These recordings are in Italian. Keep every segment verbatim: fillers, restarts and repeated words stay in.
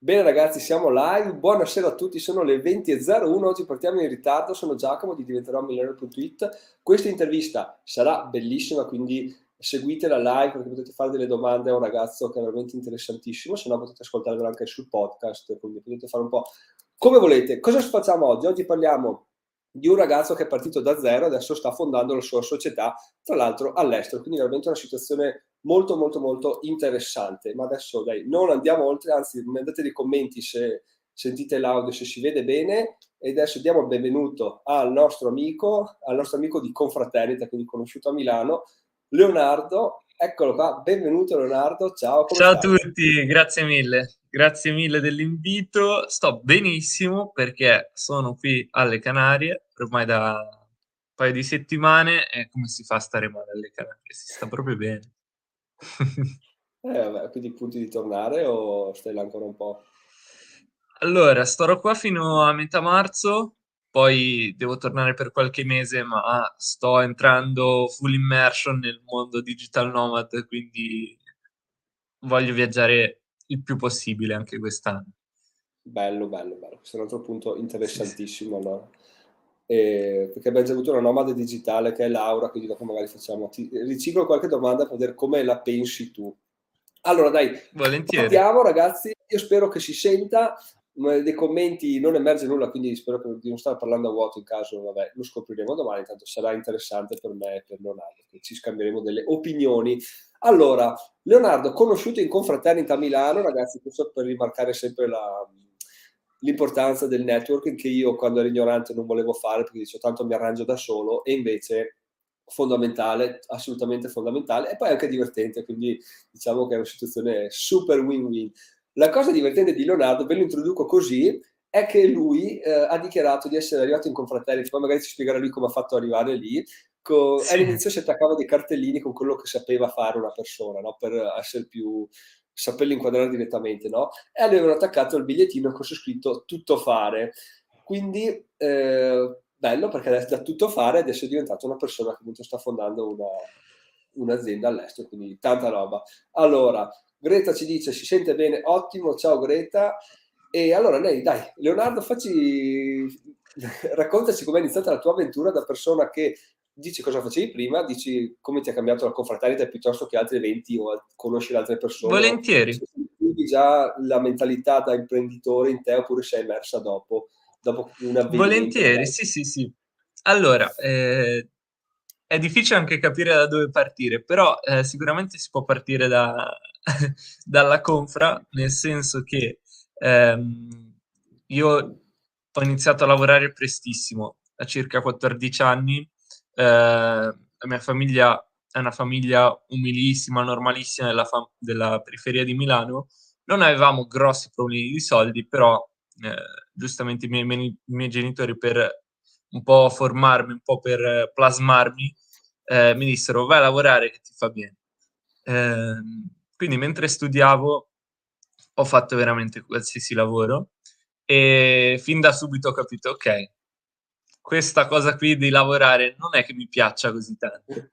Bene ragazzi, siamo live. Buonasera a tutti, sono le venti e zero uno. Oggi partiamo in ritardo. Sono Giacomo di diventerò milionario punto it. Questa intervista sarà bellissima, quindi seguitela live perché potete fare delle domande a un ragazzo che è veramente interessantissimo. Se no potete ascoltarvelo anche sul podcast, quindi potete fare un po' come volete. Cosa facciamo oggi? Oggi parliamo di un ragazzo che è partito da zero e adesso sta fondando la sua società, tra l'altro all'estero, quindi veramente una situazione molto molto molto interessante. Ma adesso dai, non andiamo oltre, anzi mandate dei commenti se sentite l'audio, se si vede bene. E adesso diamo il benvenuto al nostro amico, al nostro amico di confraternita, quindi conosciuto a Milano, Leonardo. Eccolo qua, benvenuto Leonardo, ciao, come Ciao a stai? tutti, grazie mille, grazie mille dell'invito. Sto benissimo perché sono qui alle Canarie ormai da un paio di settimane e come si fa a stare male alle Canarie? Si sta proprio bene. Eh, vabbè, quindi punti di tornare o stai là ancora un po'? Allora, starò qua fino a metà marzo, poi devo tornare per qualche mese, ma sto entrando full immersion nel mondo digital nomad, quindi voglio viaggiare il più possibile anche quest'anno. Bello, bello, bello. Questo è un altro punto Sì, sì. interessantissimo, no? E- perché abbiamo già avuto una nomade digitale che è Laura, quindi dopo magari facciamo, ti riciclo qualche domanda per vedere come la pensi tu. Allora, dai, Volentieri. partiamo ragazzi. Io spero che si senta, ma dei commenti non emerge nulla, quindi spero che di non stare parlando a vuoto in caso, vabbè, lo scopriremo domani, tanto sarà interessante per me e per Leonardo, che ci scambieremo delle opinioni. Allora, Leonardo, conosciuto in confraternita a Milano, ragazzi, questo per rimarcare sempre la- l'importanza del networking che io quando ero ignorante non volevo fare perché dicevo tanto mi arrangio da solo e invece fondamentale, assolutamente fondamentale e poi anche divertente, quindi diciamo che è una situazione super win-win. La cosa divertente di Leonardo, ve lo introduco così, è che lui eh, ha dichiarato di essere arrivato in confraternita, poi magari ci spiegherà lui come ha fatto ad arrivare lì. Co- Sì. all'inizio si attaccava dei cartellini con quello che sapeva fare una persona, no? Per essere più, saperli inquadrare direttamente, no? E avevano attaccato il bigliettino con su scritto tutto fare. Quindi eh, bello perché adesso da tutto fare adesso è diventato una persona che appunto sta fondando una, un'azienda all'estero, quindi tanta roba. Allora, Greta ci dice si sente bene, ottimo, ciao Greta. E allora lei, dai, Leonardo, facci, raccontaci com'è iniziata la tua avventura da persona che dici cosa facevi prima, dici come ti ha cambiato la confraternita piuttosto che altri eventi o conosci le altre persone o Volentieri, se sentivi già la mentalità da imprenditore in te oppure sei emersa dopo, dopo un avvenimento volentieri, magari. sì, sì, sì. Allora, eh, è difficile anche capire da dove partire, però eh, sicuramente si può partire da- dalla confra, nel senso che ehm, io ho iniziato a lavorare prestissimo, a circa quattordici anni. Eh, la mia famiglia è una famiglia umilissima, normalissima della, fam- della periferia di Milano. Non avevamo grossi problemi di soldi, però eh, giustamente i miei, i miei genitori per un po' formarmi, un po' per eh, plasmarmi, eh, mi dissero vai a lavorare che ti fa bene. Ehm, quindi mentre studiavo ho fatto veramente qualsiasi lavoro e fin da subito ho capito, ok, questa cosa qui di lavorare non è che mi piaccia così tanto.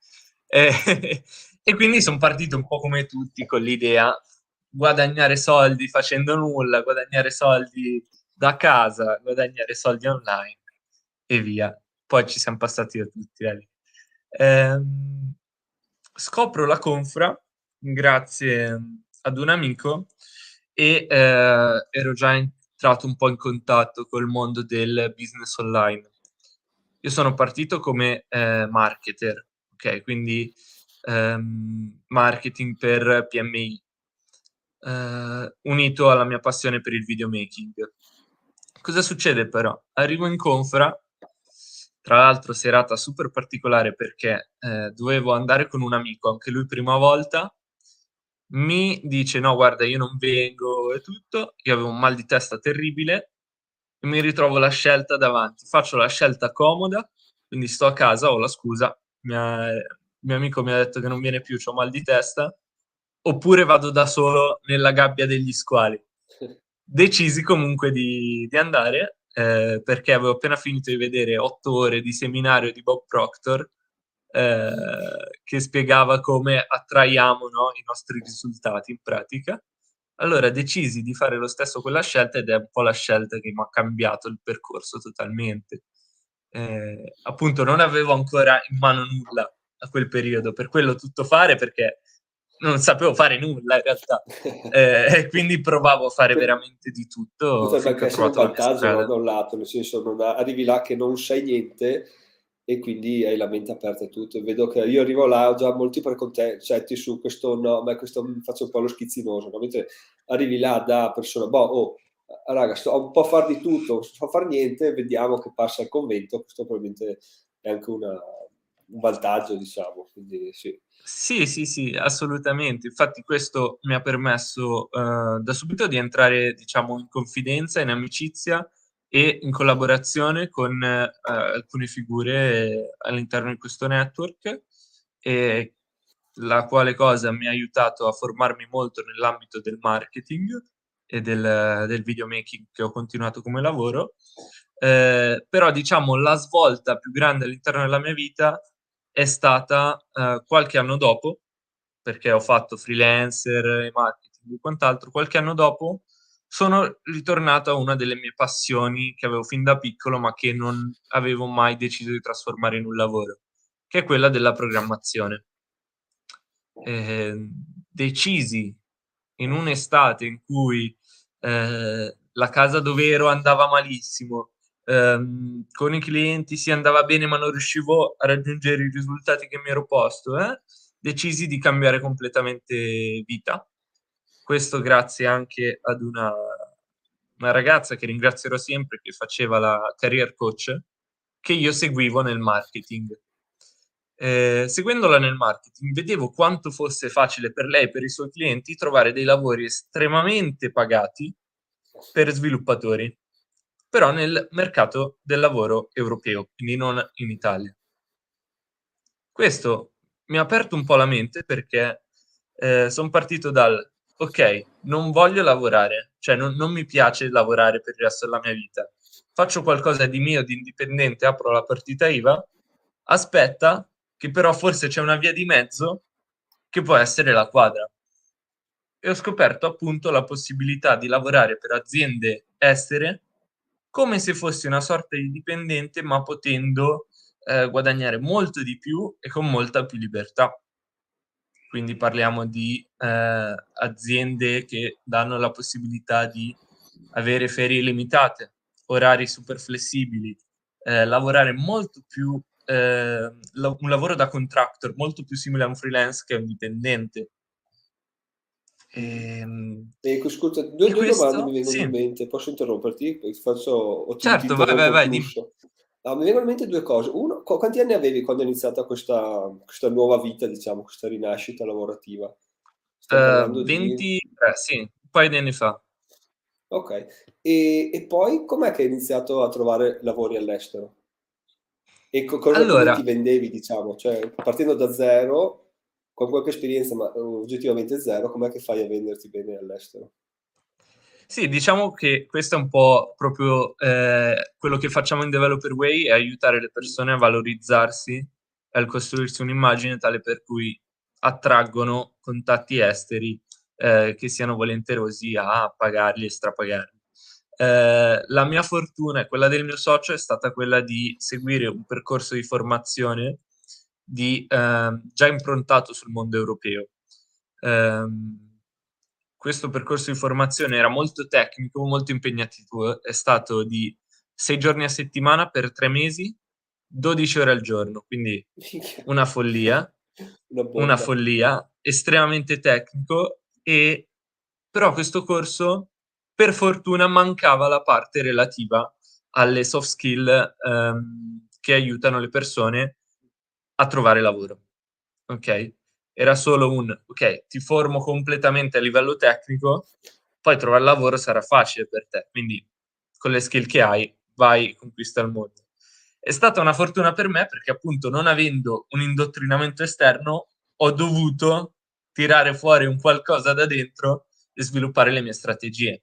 Eh, e quindi sono partito un po' come tutti con l'idea guadagnare soldi facendo nulla, guadagnare soldi da casa, guadagnare soldi online e via. Poi ci siamo passati da tutti da lì. Ehm, scopro la confra grazie ad un amico e eh, ero già entrato un po' in contatto col mondo del business online. Io sono partito come eh, marketer, ok? Quindi ehm, marketing per P M I, eh, unito alla mia passione per il videomaking. Cosa succede però? Arrivo in confra, tra l'altro serata super particolare perché eh, dovevo andare con un amico, anche lui prima volta, mi dice no, guarda, io non vengo e tutto, io avevo un mal di testa terribile e mi ritrovo la scelta davanti. Faccio la scelta comoda, quindi sto a casa, ho la scusa, mi ha- il mio amico mi ha detto che non viene più, ho mal di testa, oppure vado da solo nella gabbia degli squali. Decisi comunque di, di andare eh, perché avevo appena finito di vedere otto ore di seminario di Bob Proctor eh, che spiegava come attraiamo, no, i nostri risultati in pratica. Allora decisi di fare lo stesso quella scelta ed è un po' la scelta che m'ha cambiato il percorso totalmente. Ehm, appunto non avevo ancora in mano nulla a quel periodo, per quello tutto fare, perché non sapevo fare nulla in realtà. Ehm, e quindi provavo a fare Que veramente di tutto potrebbe finché anche ho essere un trovato la mia vantaggio, no, strada. da un lato, nel senso non a arrivi là che non sai niente e quindi hai la mente aperta a tutto. Vedo che io arrivo là, ho già molti preconcetti su questo no, beh questo mm, faccio un po' lo schizzinoso, no, mentre arrivi là da persona, boh, oh, a raga, sto un po' a far di tutto, non so far niente, vediamo che passa il convento, questo probabilmente è anche una un vantaggio diciamo, quindi sì. Sì, sì, sì, assolutamente. Infatti questo mi ha permesso, uhm, da subito di entrare, diciamo, in confidenza, in amicizia e in collaborazione con, uhm, alcune figure all'interno di questo network, e la quale cosa mi ha aiutato a formarmi molto nell'ambito del marketing e del del videomaking che ho continuato come lavoro. Ehm, però diciamo la svolta più grande all'interno della mia vita è stata, uhm, qualche anno dopo, perché ho fatto freelancer e marketing e quant'altro. Qualche anno dopo sono ritornato a una delle mie passioni che avevo fin da piccolo, ma che non avevo mai deciso di trasformare in un lavoro, che è quella della programmazione. Ehm, decisi in un'estate in cui, ehm, la casa dove ero andava malissimo, ehm, con i clienti sì andava bene ma non riuscivo a raggiungere i risultati che mi ero posto, eh, decisi di cambiare completamente vita. Questo grazie anche ad una una ragazza che ringrazierò sempre, che faceva la career coach, che io seguivo nel marketing. Ehm, seguendola nel marketing vedevo quanto fosse facile per lei e per i suoi clienti trovare dei lavori estremamente pagati per sviluppatori, però nel mercato del lavoro europeo, quindi non in Italia. Questo mi ha aperto un po' la mente perché, ehm, son partito dal: "Okay, non voglio lavorare, cioè non non mi piace lavorare per il resto della mia vita. Faccio qualcosa di mio, di indipendente, apro la partita I V A, aspetta che però forse c'è una via di mezzo che può essere la quadra". E ho scoperto appunto la possibilità di lavorare per aziende estere come se fossi una sorta di dipendente, ma potendo, ehm, guadagnare molto di più e con molta più libertà. Quindi parliamo di, ehm, aziende che danno la possibilità di avere ferie illimitate, orari super flessibili, ehm, lavorare molto più ehm, la un lavoro da contractor molto più simile a un freelance che a un dipendente. Mh-mh. Ehm, E q scusa, due e due domande mi questo vengono in sì, mente, posso interromperti? Poi ti faccio o ti ti certo, vai, vai, interrompo il vai, dimmi. flusso. No, mi vengono in mente due cose. Uno, qua quanti anni avevi quando è iniziata questa questa nuova vita, diciamo, questa rinascita lavorativa? Stiam Uhm, parlando di ventitré, sì, un paio di anni fa. okay. E e poi com'è che hai iniziato a trovare lavori all'estero? E co cosa come ti Allora, vendevi, diciamo? Cioè, partendo da zero, con qualche esperienza, ma, uhm, oggettivamente zero, com'è che fai a venderti bene all'estero? sì, diciamo che questo è un po' proprio, ehm, quello che facciamo in Developer Way, è aiutare le Mh. persone a valorizzarsi e al costruirsi un'immagine tale per cui attraggono contatti esteri, ehm, che siano volenterosi a pagarli e strapagarli. Ehm, la mia fortuna e quella del mio socio è stata quella di seguire un percorso di formazione di ehm, già improntato sul mondo europeo. Ehm, questo percorso di formazione era molto tecnico, molto impegnativo, è stato di sei giorni a settimana per tre mesi, dodici ore al giorno, quindi Minchia. una follia, Una una bomba. follia, estremamente tecnico e però questo corso, per fortuna, mancava la parte relativa alle soft skill, ehm, che aiutano le persone a trovare lavoro, okay? Era solo un: "Okay, ti formo completamente a livello tecnico, poi trovar lavoro sarà facile per te, quindi con le skill che hai vai, conquista il mondo". È stata una fortuna per me perché appunto non avendo un indottrinamento esterno, ho dovuto tirare fuori un qualcosa da dentro e sviluppare le mie strategie.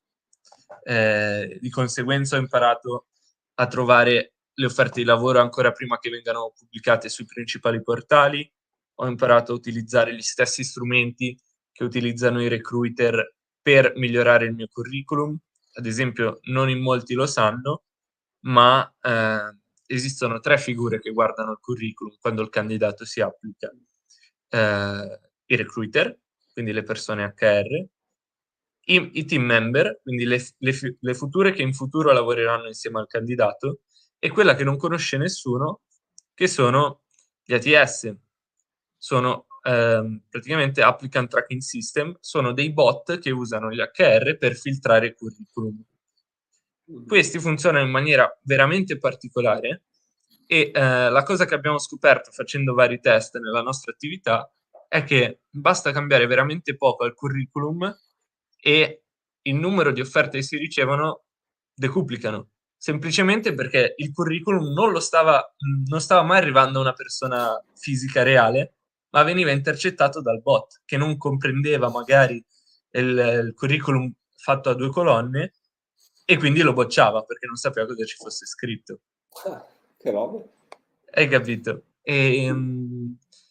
Ehm, di conseguenza ho imparato a trovare le offerte di lavoro ancora prima che vengano pubblicate sui principali portali, ho imparato a utilizzare gli stessi strumenti che utilizzano i recruiter per migliorare il mio curriculum. Ad esempio, non in molti lo sanno, ma eh, esistono tre figure che guardano il curriculum quando il candidato si applica. Eh, I recruiter, quindi le persone acca erre, i, i team member, quindi le, le, le future che in futuro lavoreranno insieme al candidato, e quella che non conosce nessuno, che sono gli A T S. Sono ehm, praticamente applicant tracking system, sono dei bot che usano gli acca erre per filtrare i curriculum. Questi funzionano in maniera veramente particolare e eh, la cosa che abbiamo scoperto facendo vari test nella nostra attività è che basta cambiare veramente poco al curriculum e il numero di offerte che si ricevono decuplicano, semplicemente perché il curriculum non lo stava, non stava mai arrivando a una persona fisica reale, ma veniva intercettato dal bot, che non comprendeva magari il, il curriculum fatto a due colonne e quindi lo bocciava perché non sapeva cosa ci fosse scritto. Ah, che roba. Hai capito? E, mm,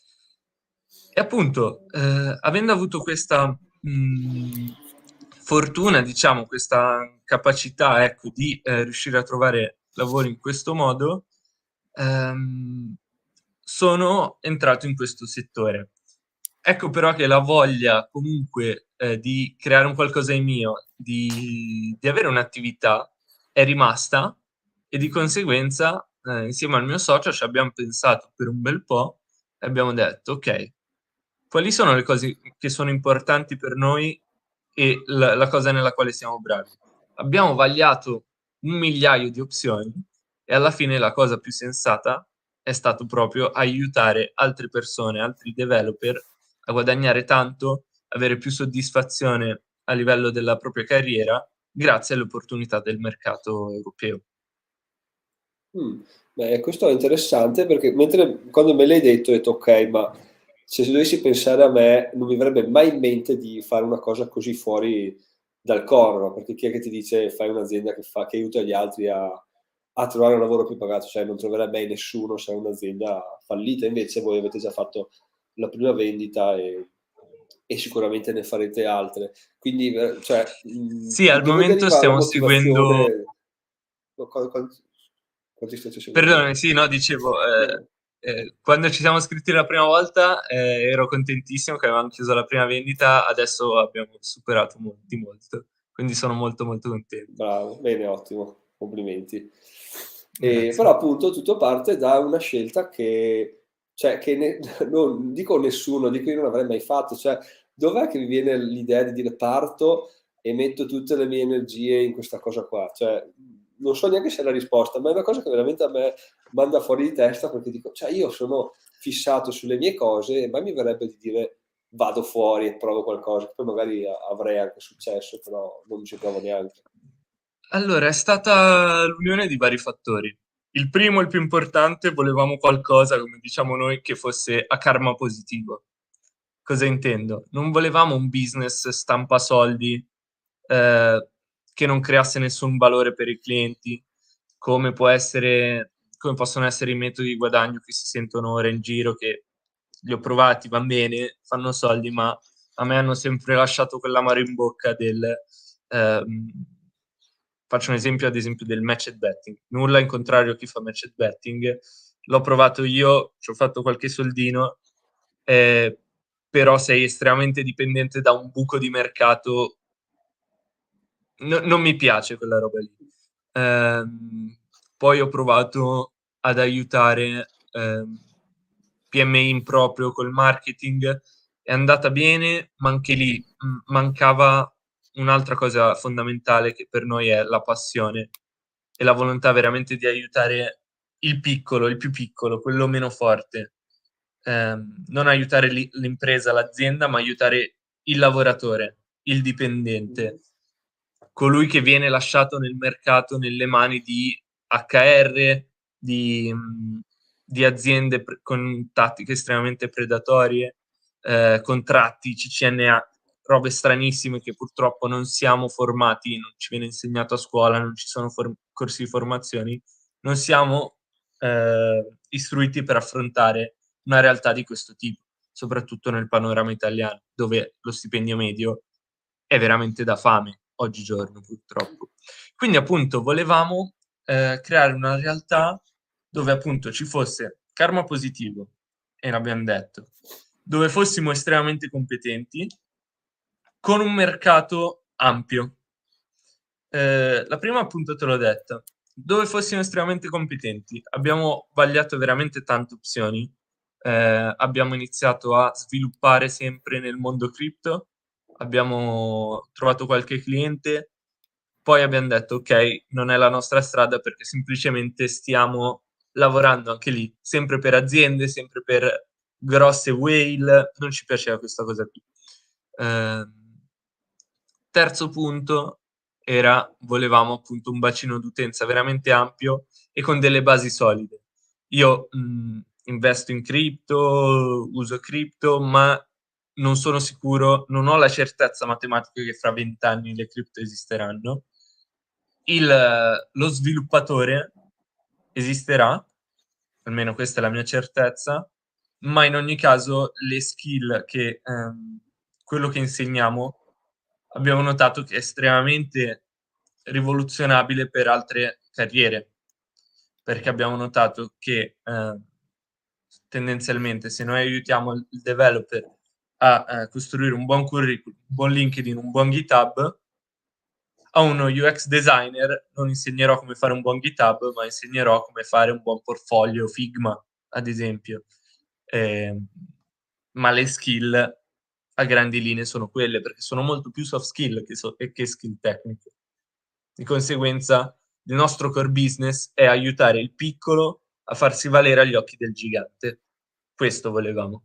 e appunto, eh, avendo avuto questa mh, fortuna, diciamo, questa capacità, ecco, di eh, riuscire a trovare lavoro in questo modo, ehm, sono entrato in questo settore. Ecco però che la voglia comunque eh, di creare un qualcosa di mio, di, di avere un'attività, è rimasta e di conseguenza, eh, insieme al mio socio, ci abbiamo pensato per un bel po' e abbiamo detto, ok, quali sono le cose che sono importanti per noi e la, la cosa nella quale siamo bravi? Abbiamo vagliato un migliaio di opzioni e alla fine la cosa più sensata è stato proprio aiutare altre persone, altri developer a guadagnare tanto, avere più soddisfazione a livello della propria carriera grazie alle opportunità del mercato europeo. Mm. Beh, questo è interessante perché mentre quando me l'hai detto ho detto ok, ma se dovessi pensare a me non mi verrebbe mai in mente di fare una cosa così fuori dal corno, perché chi è che ti dice fai un'azienda che, fa, che aiuta gli altri a, a trovare un lavoro più pagato, cioè non troverai mai nessuno se è un'azienda fallita, invece voi avete già fatto la prima vendita e, e sicuramente ne farete altre. Quindi, eh, cioè, mh, Sì, al dove momento deriva la stiamo seguendo. motivazione? Qu- qu- quanti, quanti state seguendo? Perdonami, sì, no, dicevo, eh, No. eh, quando ci siamo iscritti la prima volta eh, ero contentissimo che avevamo chiuso la prima vendita, adesso abbiamo superato mo- di molto, quindi sono molto molto contento. Bravo, bene, ottimo, complimenti. E, Grazie. però appunto tutto parte da una scelta che, cioè, che ne- non dico nessuno, dico io non avrei mai fatto, cioè dov'è che vi viene l'idea di dire parto e metto tutte le mie energie in questa cosa qua? Cioè, non so neanche se è la risposta, ma è una cosa che veramente a me manda fuori di testa perché dico, cioè io sono fissato sulle mie cose e mai mi verrebbe di dire vado fuori e provo qualcosa, che poi magari a- avrei anche successo, però non ci provo neanche. Allora, è stata l'unione di vari fattori. Il primo, il più importante, volevamo qualcosa, come diciamo noi, che fosse a karma positivo. Cosa intendo? Non volevamo un business stampa soldi, eh, che non creasse nessun valore per i clienti, come può essere, come possono essere i metodi di guadagno che si sentono ora in giro, che li ho provati, va bene, fanno soldi, ma a me hanno sempre lasciato quell'amaro in bocca del... ehm, faccio un esempio, ad esempio, del matched betting. Nulla in contrario a chi fa matched betting. L'ho provato io, ci ho fatto qualche soldino, eh, però sei estremamente dipendente da un buco di mercato. No- non mi piace quella roba lì. Ehm, Poi ho provato ad aiutare ehm, P M I in proprio col marketing, è andata bene, ma anche lì mh, mancava un'altra cosa fondamentale che per noi è la passione e la volontà veramente di aiutare il piccolo, il più piccolo, quello meno forte. Ehm, non aiutare l'i- l'impresa, l'azienda, ma aiutare il lavoratore, il dipendente, colui che viene lasciato nel mercato nelle mani di acca erre, di, mh, di aziende pre- con tattiche estremamente predatorie, eh, contratti, C C N A, robe stranissime che purtroppo non siamo formati, non ci viene insegnato a scuola, non ci sono for- corsi di formazioni, non siamo eh, istruiti per affrontare una realtà di questo tipo, soprattutto nel panorama italiano, dove lo stipendio medio è veramente da fame oggigiorno, purtroppo. Quindi appunto volevamo eh, creare una realtà dove appunto ci fosse karma positivo, e l'abbiamo detto, dove fossimo estremamente competenti, con un mercato ampio. Eh, la prima appunto te l'ho detta, dove fossimo estremamente competenti. Abbiamo vagliato veramente tante opzioni. Eh, abbiamo iniziato a sviluppare sempre nel mondo cripto, abbiamo trovato qualche cliente, poi abbiamo detto ok, non è la nostra strada perché semplicemente stiamo lavorando anche lì, sempre per aziende, sempre per grosse whale, non ci piaceva questa cosa qui. Eh, terzo punto era, volevamo appunto un bacino d'utenza veramente ampio e con delle basi solide. Io mh, investo in cripto, uso cripto, ma non sono sicuro, non ho la certezza matematica che fra vent'anni le cripto esisteranno. Il, lo sviluppatore esisterà, almeno questa è la mia certezza, ma in ogni caso le skill che ehm, quello che insegniamo abbiamo notato che è estremamente rivoluzionabile per altre carriere, perché abbiamo notato che eh, tendenzialmente se noi aiutiamo il developer a eh, costruire un buon curriculum, un buon LinkedIn, un buon GitHub, a uno U X designer non insegnerò come fare un buon GitHub, ma insegnerò come fare un buon portfolio Figma, ad esempio. Eh, ma le skill a grandi linee sono quelle, perché sono molto più soft skill che, so- che skill tecniche. Di conseguenza, il nostro core business è aiutare il piccolo a farsi valere agli occhi del gigante. Questo volevamo.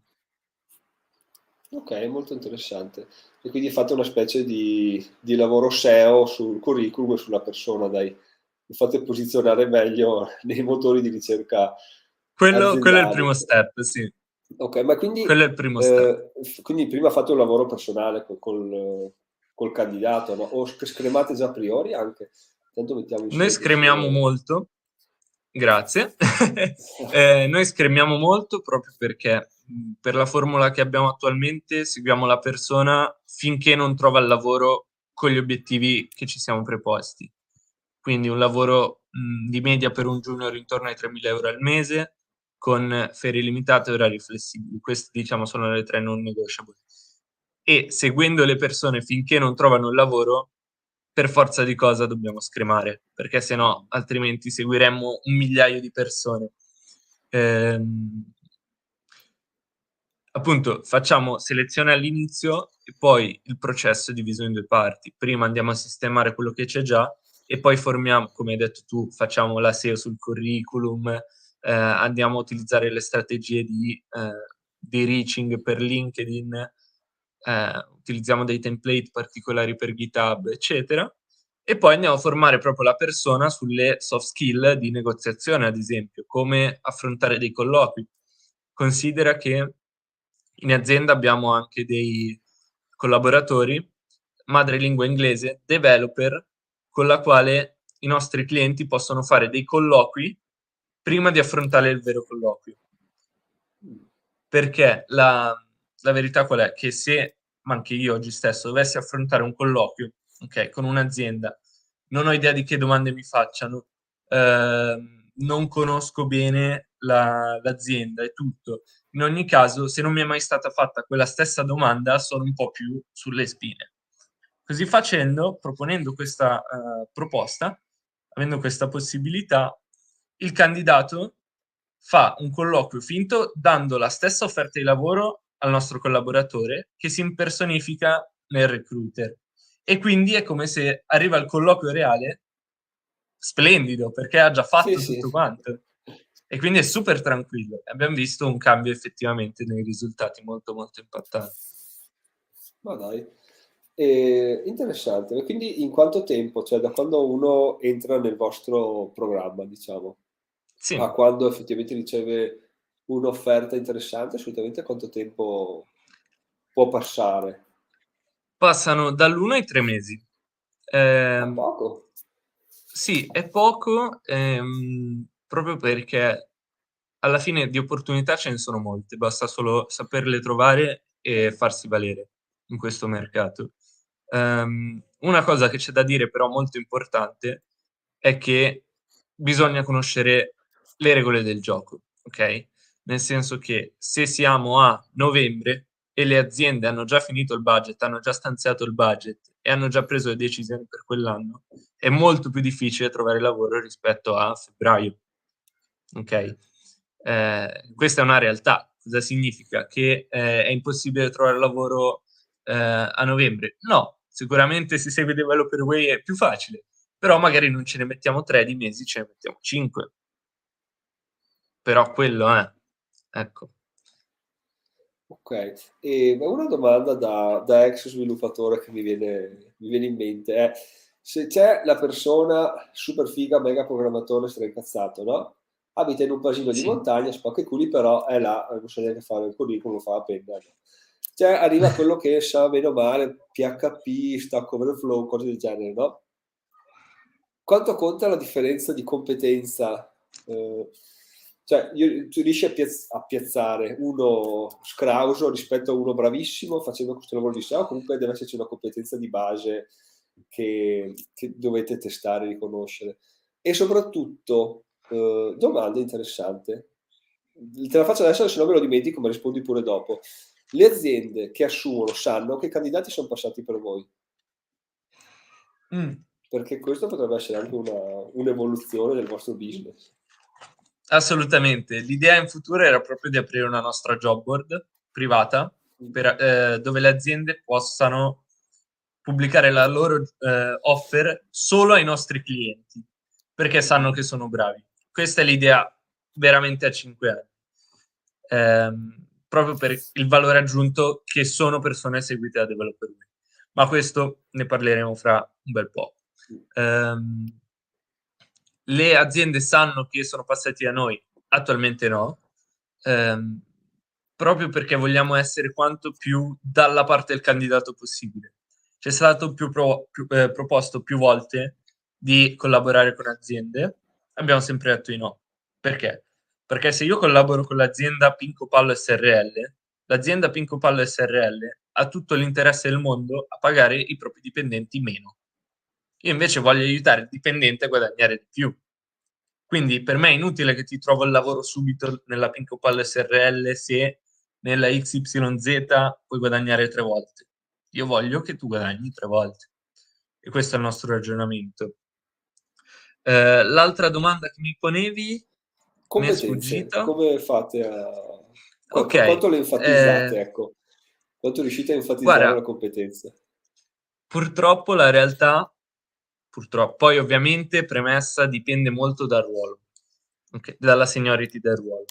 Ok, molto interessante. E quindi fate una specie di, di lavoro S E O sul curriculum e sulla persona, dai. Vi fate posizionare meglio nei motori di ricerca Quello, quello è il aziendali. primo step, sì. Ok, ma quindi, Quello è il primo step. eh, f- quindi prima fate un lavoro personale col, col- col candidato, no? O sc- scremate già a priori anche? Tanto mettiamo Noi insieme scremiamo queste... molto, grazie. Eh, noi scremiamo molto proprio perché mh, per la formula che abbiamo attualmente seguiamo la persona finché non trova il lavoro con gli obiettivi che ci siamo preposti. Quindi un lavoro mh, di media per un junior intorno ai tremila euro al mese, con ferie limitate e orari flessibili. Queste, diciamo, sono le tre non negotiable. E seguendo le persone finché non trovano il lavoro, per forza di cosa dobbiamo scremare, perché se no, altrimenti seguiremmo un migliaio di persone. Ehm, appunto, facciamo selezione all'inizio e poi il processo è diviso in due parti. Prima andiamo a sistemare quello che c'è già e poi formiamo, come hai detto tu, facciamo la S E O sul curriculum, eh, andiamo a utilizzare le strategie di, eh, di reaching per LinkedIn, eh, utilizziamo dei template particolari per GitHub, eccetera. E poi andiamo a formare proprio la persona sulle soft skill di negoziazione, ad esempio, come affrontare dei colloqui. Considera che in azienda abbiamo anche dei collaboratori, madrelingua inglese, developer, con la quale i nostri clienti possono fare dei colloqui prima di affrontare il vero colloquio. Perché la, la verità qual è? Che se, ma anche io oggi stesso, dovessi affrontare un colloquio, ok, con un'azienda, non ho idea di che domande mi facciano, ehm, non conosco bene la- l'azienda e tutto. In ogni caso, se non mi è mai stata fatta quella stessa domanda, sono un po' più sulle spine. Così facendo, proponendo questa eh, proposta, avendo questa possibilità, il candidato fa un colloquio finto dando la stessa offerta di lavoro al nostro collaboratore che si impersonifica nel recruiter. E quindi è come se arriva al colloquio reale splendido perché ha già Sì, fatto sì. tutto quanto. E quindi è super tranquillo. Abbiamo visto un cambio effettivamente nei risultati molto molto impattanti. Ma dai, e, interessante. E quindi in quanto tempo, cioè da quando uno entra nel vostro programma, diciamo, Sì, a quando effettivamente riceve un'offerta interessante, solitamente quanto tempo può passare? passano dall'uno ai tre mesi. A Ehm, poco? sì, è poco, ehm, proprio perché alla fine di opportunità ce ne sono molte, basta solo saperle trovare e farsi valere in questo mercato. Um, una cosa che c'è da dire però molto importante è che bisogna conoscere le regole del gioco, ok? Nel senso che se siamo a novembre e le aziende hanno già finito il budget, hanno già stanziato il budget e hanno già preso le decisioni per quell'anno, è molto più difficile trovare lavoro rispetto a febbraio, ok? Eh, questa è una realtà. Cosa significa? Che eh, è impossibile trovare lavoro eh, a novembre? No, sicuramente se segue Developer Way è più facile, però magari non ce ne mettiamo tre di mesi, ce ne mettiamo cinque. Però quello è, ecco. Ok, e una domanda da, da ex sviluppatore che mi viene, mi viene in mente è se c'è la persona super figa, mega programmatore straincazzato, no? Abita in un paesino di Sì. montagna, spacca i culi, però è là, non sa neanche fare il curriculum, lo fa a penna. No? Cioè arriva quello che sa meno male, P H P, Stack Overflow, cose del genere, no? Quanto conta la differenza di competenza? Eh, cioè, io- tu riesci a, piaz- a piazzare uno scrauso rispetto a uno bravissimo facendo questo lavoro di sé, o comunque deve esserci una competenza di base che, che dovete testare e riconoscere. E soprattutto, eh, domanda interessante, te la faccio adesso, se no me lo dimentico, ma rispondi pure dopo. Le aziende che assumono sanno che candidati sono passati per voi? Mm. Perché questo potrebbe essere anche una- un'evoluzione del vostro business. Assolutamente. L'idea in futuro era proprio di aprire una nostra job board privata per, eh, dove le aziende possano pubblicare la loro eh, offer solo ai nostri clienti, perché sanno che sono bravi. Questa è l'idea veramente a cinque anni. Ehm, proprio per il valore aggiunto che sono persone seguite da Developer Way. Ma questo ne parleremo fra un bel po'. Ehm, le aziende sanno che sono passati da noi, attualmente no, ehm, proprio perché vogliamo essere quanto più dalla parte del candidato possibile. Ci è stato più pro- più, eh, proposto più volte di collaborare con aziende, abbiamo sempre detto di no. Perché? Perché se io collaboro con l'azienda Pinco Pallo S R L, l'azienda Pinco Pallo S R L ha tutto l'interesse del mondo a pagare i propri dipendenti meno. Io invece voglio aiutare il dipendente a guadagnare di più. Quindi per me è inutile che ti trovo il lavoro subito nella Pinco Pallo S R L se nella X Y Z puoi guadagnare tre volte. Io voglio che tu guadagni tre volte. E questo è il nostro ragionamento. Eh, l'altra domanda che mi ponevi mi è Competenze, sfuggita. come fate a... qua- Ok, qua- quanto le enfatizzate, eh, ecco? Quanto riuscite a enfatizzare la guarda, competenza? purtroppo la realtà, purtroppo, poi ovviamente premessa dipende molto dal ruolo, ok, dalla seniority del ruolo.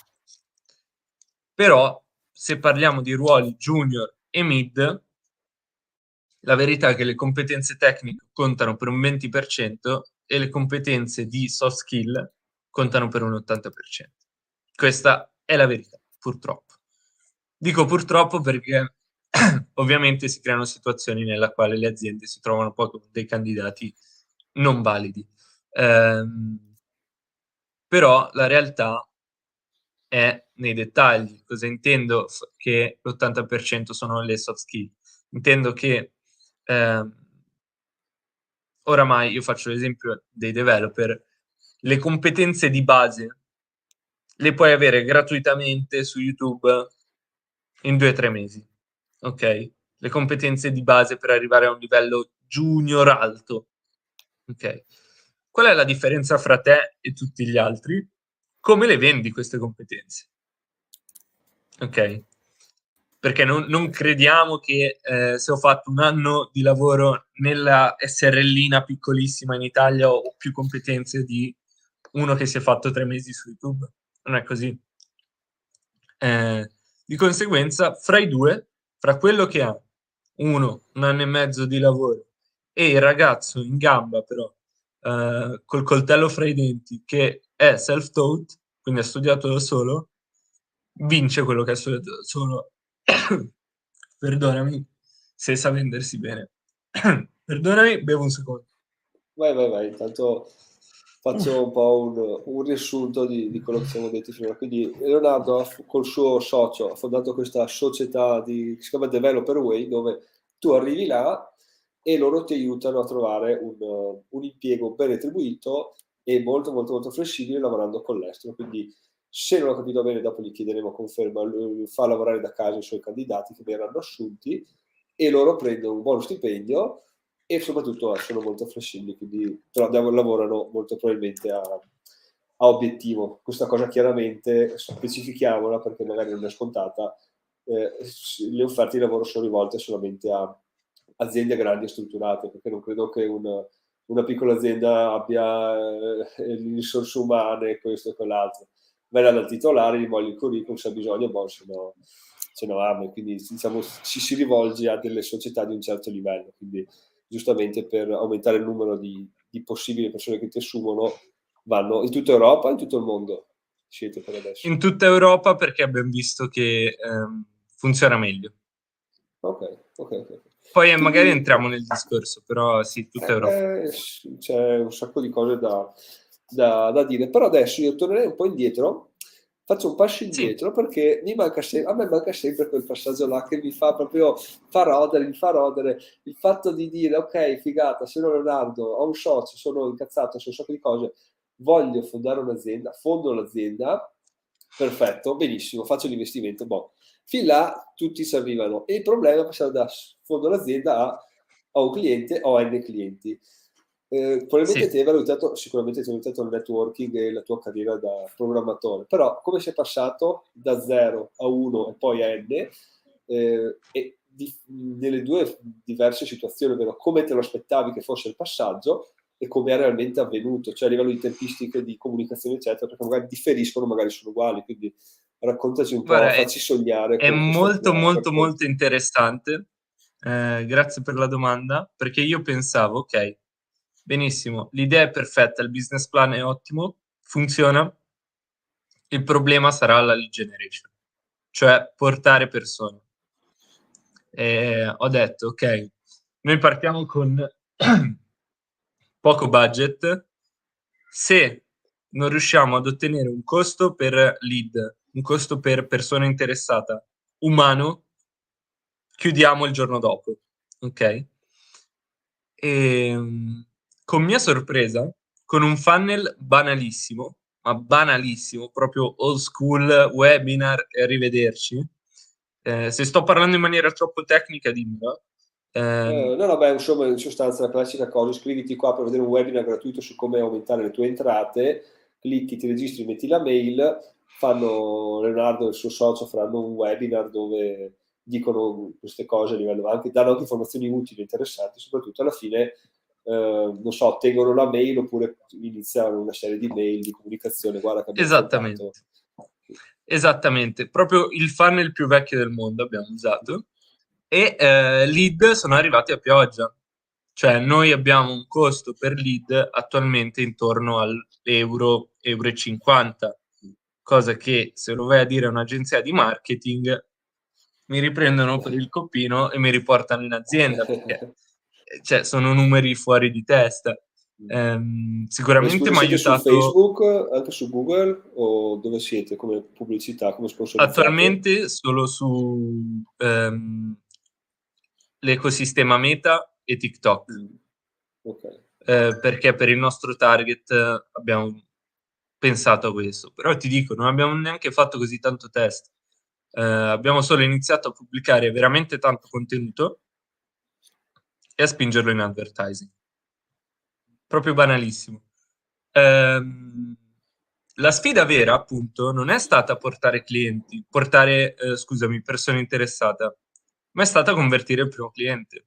Però se parliamo di ruoli junior e mid, la verità è che le competenze tecniche contano per un venti per cento e le competenze di soft skill contano per un ottanta per cento. Questa è la verità, purtroppo. Dico purtroppo perché ovviamente si creano situazioni nella quale le aziende si trovano poi con dei candidati non validi. Ehm, però la realtà è nei dettagli. Cosa intendo f- che l'ottanta per cento sono le soft skill? Intendo che ehm, oramai io faccio l'esempio dei developer, le competenze di base le puoi avere gratuitamente su YouTube in due o tre mesi, ok? Le competenze di base per arrivare a un livello junior alto, ok? Qual è la differenza fra te e tutti gli altri? Come le vendi queste competenze? Ok? Perché non, non crediamo che eh, se ho fatto un anno di lavoro nella S R Lina piccolissima in Italia ho più competenze di uno che si è fatto tre mesi su YouTube. Non è così. Eh, di conseguenza, fra i due, fra quello che ha uno, un anno e mezzo di lavoro e il ragazzo in gamba, però, eh, col coltello fra i denti, che è self-taught, quindi ha studiato da solo, vince quello che ha studiato da solo. Perdonami se sa vendersi bene. Perdonami, bevo un secondo. Vai, vai, vai, intanto faccio un po' un, un riassunto di, di quello che siamo detti finora. Quindi Leonardo ha f- col suo socio ha fondato questa società di, che si chiama Developer Way, dove tu arrivi là e loro ti aiutano a trovare un, un impiego ben retribuito e molto molto molto flessibile lavorando con l'estero. Quindi se non ho capito bene, dopo gli chiederemo conferma, fa lavorare da casa i suoi candidati che verranno assunti e loro prendono un buono stipendio e soprattutto sono molto flessibili, quindi però lavorano molto probabilmente a, a obiettivo. Questa cosa chiaramente specifichiamola perché magari non è scontata. Eh, le offerte di lavoro sono rivolte solamente a aziende grandi e strutturate, perché non credo che una, una piccola azienda abbia eh, le risorse umane, questo e quell'altro. Verrà dal titolare, gli voglio il curriculum, se ha bisogno, boh, se no, se no armi. Quindi diciamo ci si rivolge a delle società di un certo livello, quindi giustamente per aumentare il numero di, di possibili persone che ti assumono vanno in tutta Europa e in tutto il mondo. Siete per adesso. In tutta Europa perché abbiamo visto che ehm, funziona meglio. Ok, ok, ok. Poi magari Quindi, entriamo nel discorso, però sì, tutta Europa. eh, c'è un sacco di cose da, da, da dire, però adesso io tornerei un po' indietro, faccio un passo Sì, indietro perché mi manca se- a me manca sempre quel passaggio là che mi fa proprio fa rodere, mi fa rodere il fatto di dire ok, figata, sono Leonardo, ho un socio, sono incazzato, sono un sacco di cose, voglio fondare un'azienda, fondo l'azienda, perfetto, benissimo, faccio l'investimento, boh. Fin là tutti ci arrivano e il problema è passare da fondo l'azienda a ho un cliente, ho N clienti. Eh, probabilmente sì. ti hai valutato, sicuramente ti hai valutato il networking e la tua carriera da programmatore, però come sei passato da zero a uno e poi a N, eh, e di, nelle due diverse situazioni, ovvero come te lo aspettavi che fosse il passaggio e come è realmente avvenuto, cioè a livello di tempistiche, di comunicazione, eccetera, perché magari differiscono, magari sono uguali, quindi raccontaci un po', Guarda, è, facci sognare è con questo molto tuo molto molto racconto. interessante. Eh, grazie per la domanda, perché io pensavo, ok, benissimo, l'idea è perfetta, il business plan è ottimo, funziona, il problema sarà la lead generation, cioè portare persone. E ho detto, ok, noi partiamo con poco budget, se non riusciamo ad ottenere un costo per lead, un costo per persona interessata umano, chiudiamo il giorno dopo, ok? E mm, con mia sorpresa, con un funnel banalissimo, ma banalissimo, proprio old school, webinar e arrivederci. Eh, se sto parlando in maniera troppo tecnica, dimmelo. Ehm, Eh, no, no, beh, insomma, in sostanza la classica cosa, iscriviti qua per vedere un webinar gratuito su come aumentare le tue entrate, clicchi, ti registri, metti la mail, fanno Leonardo e il suo socio faranno un webinar dove dicono queste cose a livello anche, danno anche informazioni utili, interessanti, soprattutto alla fine, eh, non so, tengono la mail oppure iniziano una serie di mail di comunicazione, guarda che abbiamo fondato. esattamente, esattamente, proprio il funnel più vecchio del mondo abbiamo usato. E eh, lead sono arrivati a pioggia, cioè noi abbiamo un costo per lead attualmente intorno all'euro, euro e cinquanta, cosa che se lo vai a dire a un'agenzia di marketing mi riprendono per il coppino e mi riportano in azienda perché eh, cioè, sono numeri fuori di testa. Ehm, E sicuramente scusa, mi ha siete su aiutato Facebook, anche su Google o dove siete come pubblicità, come sponsorizzate? attualmente solo su ehm, l'ecosistema Meta e TikTok. Mm. Ok. Eh, perché per il nostro target eh, abbiamo pensato a questo. Però ti dico, non abbiamo neanche fatto così tanto test. Eh, abbiamo solo iniziato a pubblicare veramente tanto contenuto e a spingerlo in advertising. Proprio banalissimo. Ehm, la sfida vera, appunto, non è stata portare clienti, portare, eh, scusami, persone interessate, ma è stata convertire il primo cliente.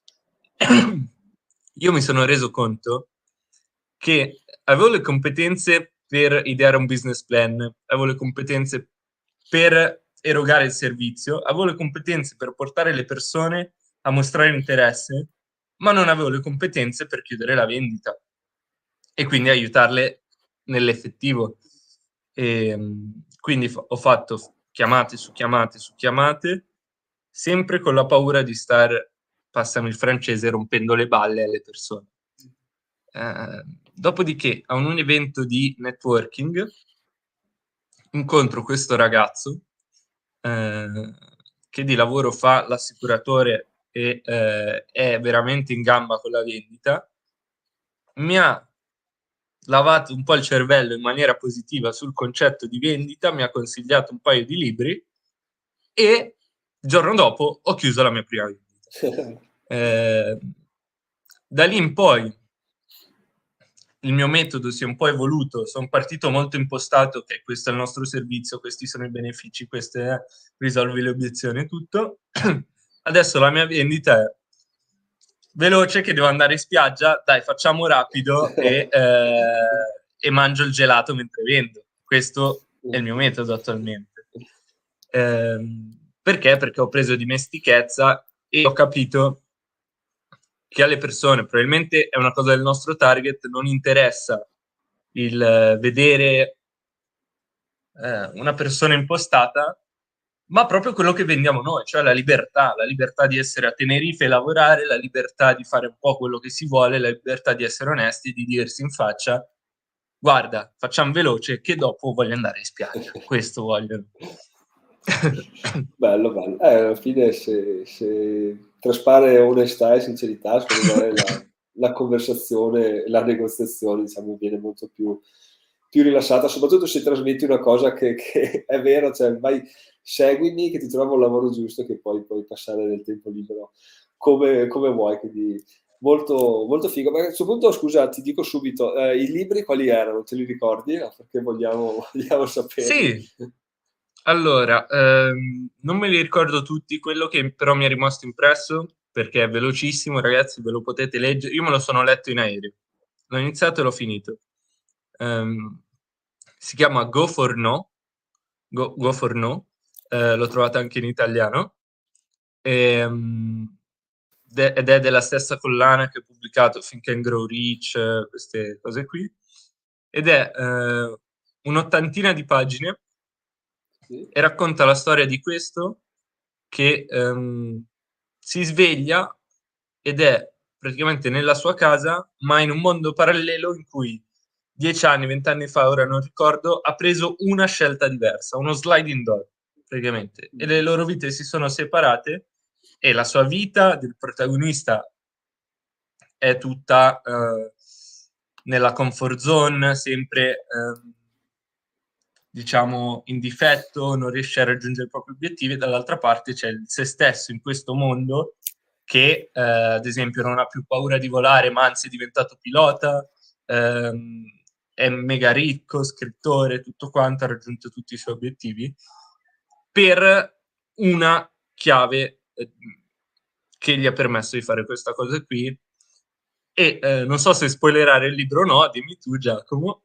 Io mi sono reso conto che avevo le competenze per ideare un business plan, avevo le competenze per erogare il servizio, avevo le competenze per portare le persone a mostrare interesse, ma non avevo le competenze per chiudere la vendita e quindi aiutarle nell'effettivo. E, mh, quindi fa- ho fatto chiamate su chiamate su chiamate, sempre con la paura di star, passami il francese, rompendo le balle alle persone. Eh, dopodiché, a un evento di networking, incontro questo ragazzo eh, che di lavoro fa l'assicuratore e eh, è veramente in gamba con la vendita, mi ha lavato un po' il cervello in maniera positiva sul concetto di vendita, mi ha consigliato un paio di libri e il giorno dopo ho chiuso la mia prima vendita. Eh, da lì in poi il mio metodo si è un po' evoluto, sono partito molto impostato che questo è il nostro servizio, questi sono i benefici, queste è, risolvi le obiezioni e tutto. Adesso la mia vendita è veloce, che devo andare in spiaggia, dai, facciamo rapido e, eh, e mangio il gelato mentre vendo. Questo è il mio metodo attualmente. Eh, perché? Perché ho preso dimestichezza e ho capito che alle persone, probabilmente è una cosa del nostro target, non interessa il eh, vedere eh, una persona impostata, ma proprio quello che vendiamo noi, cioè la libertà, la libertà di essere a Tenerife e lavorare, la libertà di fare un po' quello che si vuole, la libertà di essere onesti e di dirsi in faccia: guarda, facciamo veloce che dopo voglio andare in spiaggia, questo voglio. Bello, bello. Eh, alla fine se, se traspare onestà e sincerità, secondo me la, la conversazione, la negoziazione, diciamo, viene molto più, più rilassata, soprattutto se trasmetti una cosa che, che è vera, cioè vai, seguimi che ti trovo un lavoro giusto che poi puoi passare del tempo libero come, come vuoi, quindi molto, molto figo. Ma a questo punto, scusa, ti dico subito, eh, i libri quali erano? Te li ricordi? No, perché vogliamo, vogliamo saperli. Sì, allora, ehm, non me li ricordo tutti, quello che però mi è rimasto impresso, perché è velocissimo, ragazzi, ve lo potete leggere. Io me lo sono letto in aereo, l'ho iniziato e l'ho finito. Ehm, si chiama Go for No, Go, Go for No, eh, l'ho trovato anche in italiano, ehm, de- ed è della stessa collana che ho pubblicato Think and Grow Rich, eh, queste cose qui, ed è eh, un'ottantina di pagine Sì? e racconta la storia di questo che ehm, si sveglia ed è praticamente nella sua casa, ma in un mondo parallelo in cui dieci anni, vent'anni fa, ora non ricordo, ha preso una scelta diversa, uno sliding door, praticamente, e le loro vite si sono separate e la sua vita del protagonista è tutta eh, nella comfort zone, sempre ehm, diciamo in difetto, non riesce a raggiungere i propri obiettivi, e dall'altra parte c'è il se stesso in questo mondo che eh, ad esempio non ha più paura di volare, ma anzi è diventato pilota, ehm, è mega ricco, scrittore, tutto quanto, ha raggiunto tutti i suoi obiettivi per una chiave eh, che gli ha permesso di fare questa cosa qui. E eh, non so se spoilerare il libro o no, dimmi tu, Giacomo.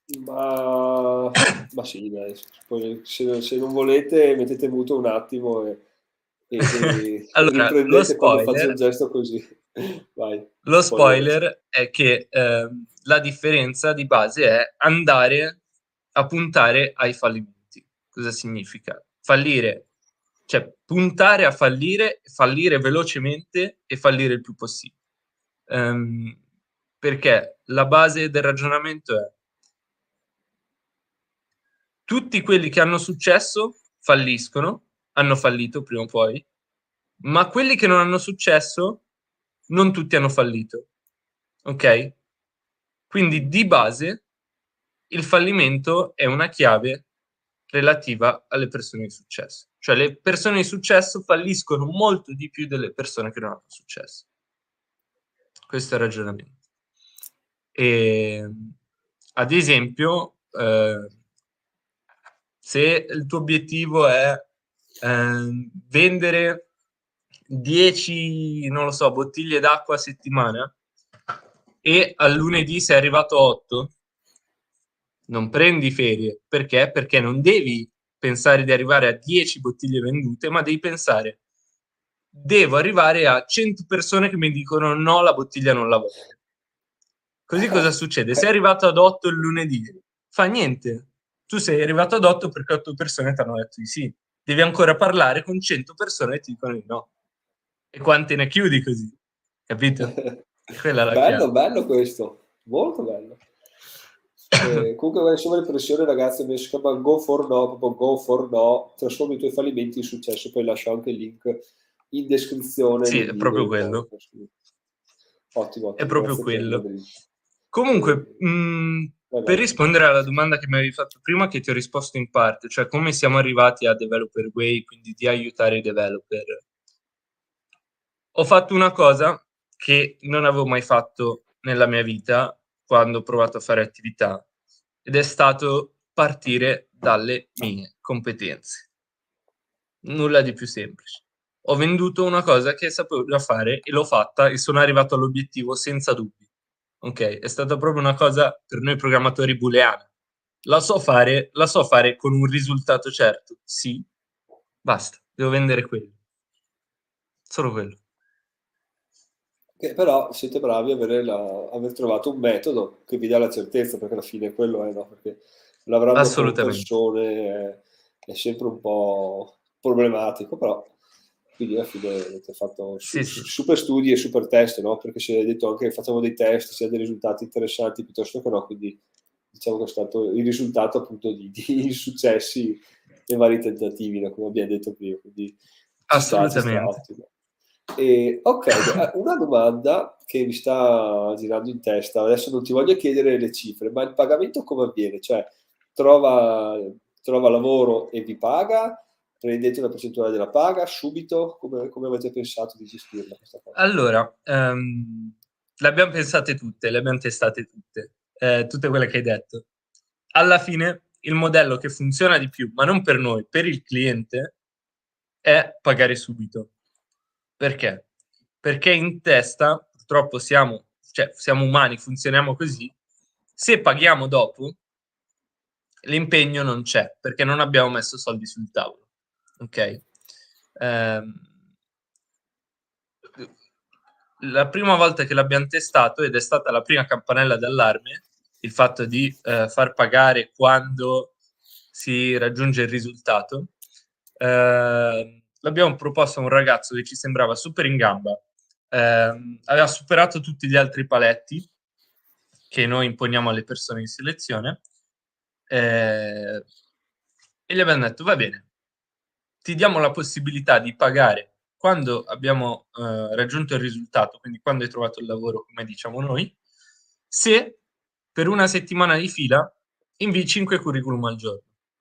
Ma, ma sì, dai, poi se, se non volete mettete muto un attimo e, e- e Allora, lo riprendete quando faccio il spoiler, gesto così. Vai, lo spoiler. spoiler è che ehm, la differenza di base è andare a puntare ai fallimenti. Cosa significa? Fallire, cioè puntare a fallire, fallire velocemente e fallire il più possibile. Ehm, perché la base del ragionamento è: tutti quelli che hanno successo falliscono, hanno fallito prima o poi, ma quelli che non hanno successo, non tutti hanno fallito. Ok? Quindi di base il fallimento è una chiave relativa alle persone di successo. Cioè le persone di successo falliscono molto di più delle persone che non hanno successo. Questo è il ragionamento. E, ad esempio, eh, se il tuo obiettivo è eh, vendere dieci, non lo so, bottiglie d'acqua a settimana e al lunedì sei arrivato a otto, non prendi ferie. Perché? Perché non devi pensare di arrivare a dieci bottiglie vendute, ma devi pensare: devo arrivare a cento persone che mi dicono no, la bottiglia non la voglio. Così cosa succede? Sei arrivato ad otto il lunedì, fa niente. Tu sei arrivato ad otto perché otto persone ti hanno detto di sì. Devi ancora parlare con cento persone che ti dicono di no. E quante ne chiudi così? Capito? E quella è la Bello, chiave. bello questo, molto bello. Eh, comunque, insomma, l'impressione, ragazzi, mi si chiama Go for No, proprio Go for No, trasformi i tuoi fallimenti in successo, poi lascio anche il link in descrizione Sì, del è video. proprio quello. Ottimo, È ottimo, proprio grazie per quello. la dritta. Comunque, E... mh, vai, per vai. rispondere alla domanda che mi avevi fatto prima, che ti ho risposto in parte, cioè come siamo arrivati a Developer Way, quindi di aiutare i developer, ho fatto una cosa che non avevo mai fatto nella mia vita quando ho provato a fare attività, ed è stato partire dalle mie competenze. Nulla di più semplice. Ho venduto una cosa che sapevo già fare e l'ho fatta e sono arrivato all'obiettivo senza dubbi. Ok, è stata proprio una cosa per noi programmatori booleana. La so fare, la so fare con un risultato certo. Sì, basta, devo vendere quello. Solo quello. Che però siete bravi a avere la- aver trovato un metodo che vi dà la certezza, perché alla fine quello è, no? Perché lavorando con Assolutamente. persone è, è sempre un po' problematico, però quindi alla fine avete fatto su- Sì, sì. super studi e super test, no? Perché si è detto anche che facciamo dei test, si ha dei risultati interessanti piuttosto che no, quindi diciamo che è stato il risultato appunto di, di successi e vari tentativi, no? Come abbiamo detto prima, quindi ci sta, ci sta, Assolutamente. ottimo. E, ok, eh, una domanda che mi sta girando in testa, adesso non ti voglio chiedere le cifre, ma il pagamento come avviene? Cioè, trova, trova lavoro e vi paga? Prendete una percentuale della paga subito? Come, come avete pensato di gestirla questa cosa? Allora, ehm, le abbiamo pensate tutte, le abbiamo testate tutte, eh, tutte quelle che hai detto. Alla fine, il modello che funziona di più, ma non per noi, per il cliente, è pagare subito. Perché? Perché in testa, purtroppo siamo, cioè, siamo umani, funzioniamo così. Se paghiamo dopo, l'impegno non c'è, perché non abbiamo messo soldi sul tavolo. Ok? Ehm, la prima volta che l'abbiamo testato, ed è stata la prima campanella d'allarme, il fatto di eh, far pagare quando si raggiunge il risultato, eh, l'abbiamo proposto a un ragazzo che ci sembrava super in gamba, eh, aveva superato tutti gli altri paletti che noi imponiamo alle persone in selezione, eh, e gli abbiamo detto, va bene, ti diamo la possibilità di pagare quando abbiamo eh, raggiunto il risultato, quindi quando hai trovato il lavoro, come diciamo noi, se per una settimana di fila invii cinque curriculum al giorno.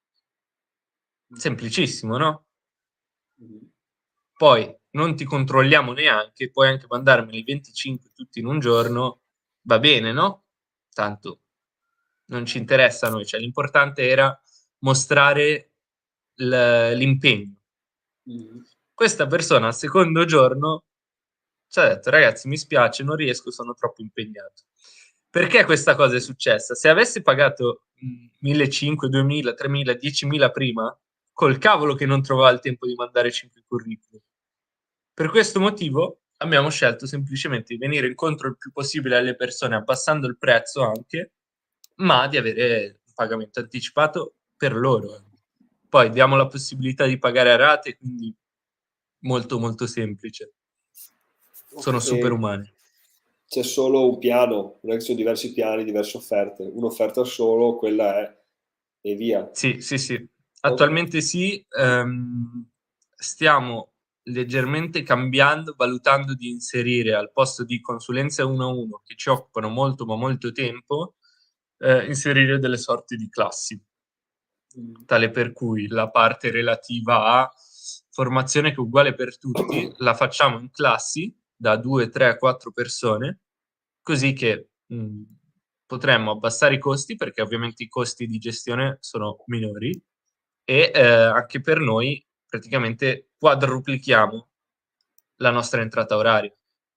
Semplicissimo, no? Mhm. Poi non ti controlliamo neanche, puoi anche mandarmeli venticinque tutti in un giorno, va bene, no? Tanto non ci interessa a noi, cioè l'importante era mostrare l- l'impegno. Mhm. Questa persona al secondo giorno ci ha detto, ragazzi, mi spiace, non riesco, sono troppo impegnato. Perché questa cosa è successa? Se avessi pagato mh, millecinquecento, duemila, tremila, diecimila prima, col cavolo che non trovava il tempo di mandare cinque curriculum. Per questo motivo abbiamo scelto semplicemente di venire incontro il più possibile alle persone, abbassando il prezzo anche, ma di avere un pagamento anticipato per loro. Poi diamo la possibilità di pagare a rate, quindi molto molto semplice. Ok, Sono super e umani. c'è solo un piano, non è che ci sono diversi piani, diverse offerte. Un'offerta solo, quella è, e via. Sì, sì, sì. Ok. Attualmente sì, ehm, stiamo leggermente cambiando, valutando di inserire al posto di consulenze uno a uno che ci occupano molto ma molto tempo, eh, inserire delle sorti di classi, Mm. tale per cui la parte relativa a formazione che è uguale per tutti la facciamo in classi da due, tre, quattro persone, così che mh, potremmo abbassare i costi, perché ovviamente i costi di gestione sono minori, e eh, anche per noi praticamente quadruplichiamo la nostra entrata oraria.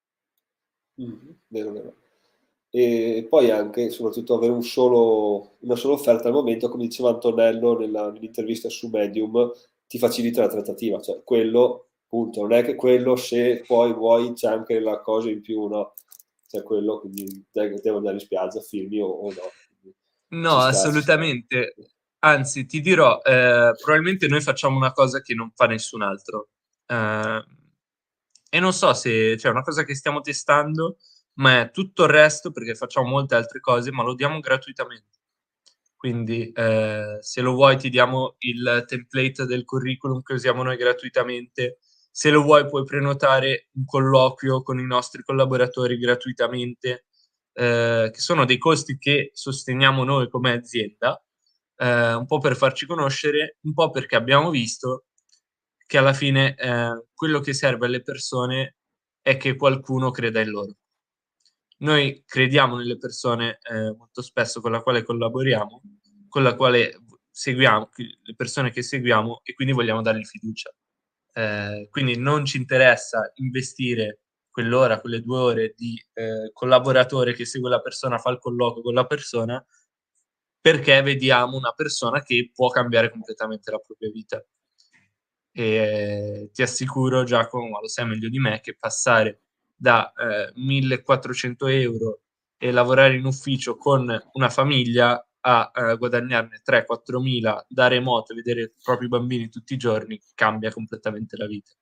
Mhm, vero, vero. E poi anche, soprattutto, avere un solo, una sola offerta al momento, come diceva Antonello nella- nell'intervista su Medium, ti facilita la trattativa, cioè quello, punto, non è che quello se poi vuoi c'è anche la cosa in più, no? C'è quello, quindi de- devo andare in spiaggia, filmi o, o no. Quindi No, ci sta, ci sta. assolutamente. Anzi, ti dirò, eh, probabilmente noi facciamo una cosa che non fa nessun altro. Eh, e non so se c'è una cosa che stiamo testando, ma è tutto il resto, perché facciamo molte altre cose, ma lo diamo gratuitamente. Quindi, eh, se lo vuoi, ti diamo il template del curriculum che usiamo noi gratuitamente. se lo vuoi puoi prenotare un colloquio con i nostri collaboratori gratuitamente, eh, che sono dei costi che sosteniamo noi come azienda, eh, un po' per farci conoscere, un po' perché abbiamo visto che alla fine eh, quello che serve alle persone è che qualcuno creda in loro. Noi crediamo nelle persone eh, molto spesso con la quale collaboriamo, con la quale seguiamo, le persone che seguiamo e quindi vogliamo dargli fiducia. Eh, quindi non ci interessa investire quell'ora, quelle due ore di eh, collaboratore che segue la persona, fa il colloquio con la persona, perché vediamo una persona che può cambiare completamente la propria vita. E eh, ti assicuro, Giacomo, ma lo sai meglio di me, che passare da eh, millequattrocento euro e lavorare in ufficio con una famiglia a eh, guadagnarne tre-quattro mila da remoto e vedere i propri bambini tutti i giorni cambia completamente la vita.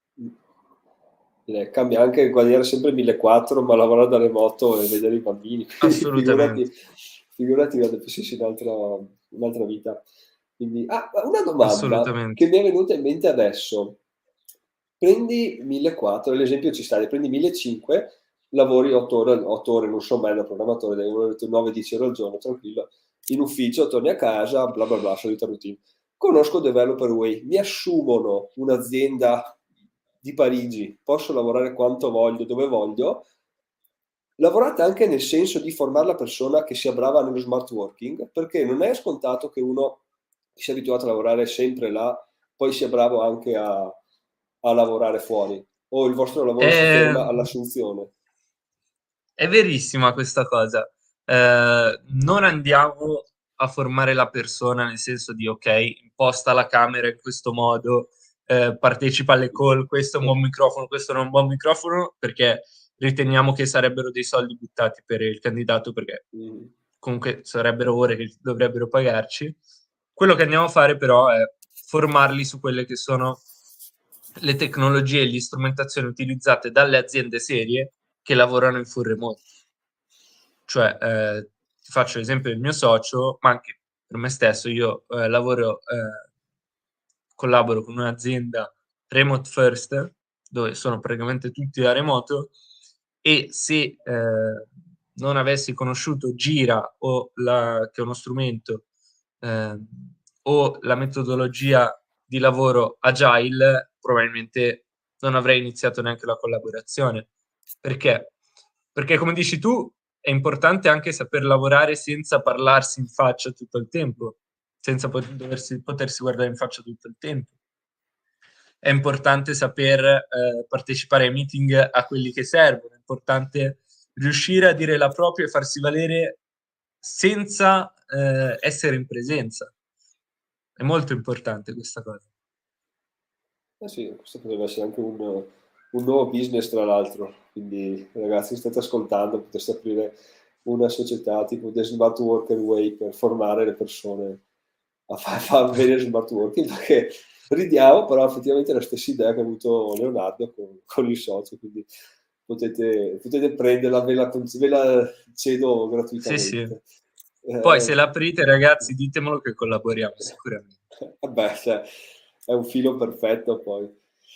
Direi, cambia anche guadagnare sempre millequattrocento, ma lavorare da remoto e vedere i bambini, quindi figurati, Assolutamente. figurati quando pensi in un'altra, un'altra vita. Quindi, ah, una domanda che Assolutamente. mi è venuta in mente adesso. Prendi millequattrocento, l'esempio ci sta, ne prendi millecinquecento, lavori otto ore, otto ore, non so mai da programmatore, devi nove dieci ore al giorno, tranquillo, in ufficio, torni a casa, bla bla bla, solita routine. Conosco Developer Way, mi assumono un'azienda di Parigi, posso lavorare quanto voglio, dove voglio. Lavorate anche nel senso di formare la persona che sia brava nello smart working, perché non è scontato che uno che sia abituato a lavorare sempre là, poi sia bravo anche a, a lavorare fuori, o il vostro lavoro si È, ferma all'assunzione. è verissima questa cosa. Eh, non andiamo a formare la persona nel senso di, ok, imposta la camera in questo modo, eh, partecipa alle call, questo è un buon microfono, questo non è un buon microfono, perché riteniamo che sarebbero dei soldi buttati per il candidato, perché Mm. comunque sarebbero ore che dovrebbero pagarci. Quello che andiamo a fare però è formarli su quelle che sono le tecnologie e le strumentazioni utilizzate dalle aziende serie che lavorano in full remote. Cioè, eh, ti faccio l'esempio del mio socio, ma anche per me stesso, io eh, lavoro, eh, collaboro con un'azienda remote first, dove sono praticamente tutti da remoto, e se eh, non avessi conosciuto Gira o la, che è uno strumento, eh, o la metodologia di lavoro agile, probabilmente non avrei iniziato neanche la collaborazione. Perché? Perché come dici tu, è importante anche saper lavorare senza parlarsi in faccia tutto il tempo, senza pot- doversi- potersi guardare in faccia tutto il tempo. È importante saper eh, partecipare ai meeting a quelli che servono, è importante riuscire a dire la propria e farsi valere senza eh, essere in presenza. È molto importante questa cosa. Eh sì, questo potrebbe essere anche un, un nuovo business, tra l'altro. Quindi, ragazzi, state ascoltando, potreste aprire una società tipo The Smart Worker Way per formare le persone a far, far bene smart working, perché ridiamo, però effettivamente è la stessa idea che ha avuto Leonardo con, con il socio, quindi potete, potete prenderla, ve la, ve la cedo Sì, sì. gratuitamente. Poi se Eh, l'aprite, ragazzi, ditemelo che collaboriamo sicuramente. Vabbè, cioè, è un filo perfetto poi.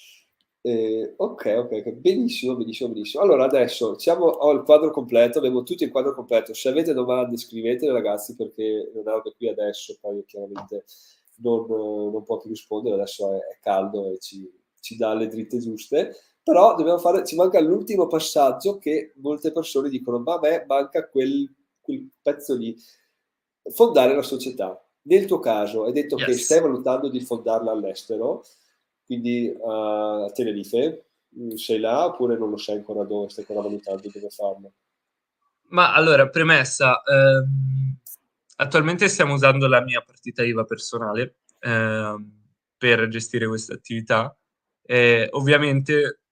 Eh, ok, ok, ok, benissimo, benissimo, benissimo. Allora adesso siamo, ho il quadro completo, abbiamo tutto il quadro completo. Se avete domande scrivetele ragazzi, perché Leonardo è qui adesso, poi chiaramente non, non può più rispondere, adesso è, è caldo e ci, ci dà le dritte giuste. Però dobbiamo fare, ci manca l'ultimo passaggio che molte persone dicono, ma a me manca quel, quel pezzo lì, fondare la società. Nel tuo caso hai detto che stai Yes. valutando di fondarla all'estero, quindi uh, a Tenerife, sei là oppure non lo sai ancora dove, stai ancora valutando dove farlo? Ma allora, premessa, ehm, attualmente stiamo usando la mia partita I V A personale ehm, per gestire questa attività. Eh, ovviamente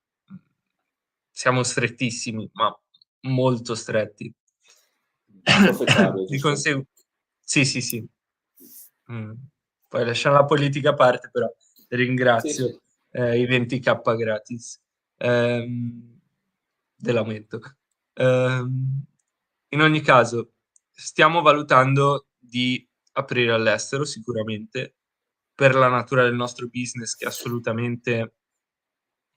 siamo strettissimi, ma molto stretti. Forfettario, Di giusto? conseguenza, sì, sì, sì. Mm. Poi lasciamo la politica a parte, però Sì, ringrazio sì. eh, i venti k gratis ehm, dell'aumento. Ehm, in ogni caso, stiamo valutando di aprire all'estero sicuramente per la natura del nostro business che assolutamente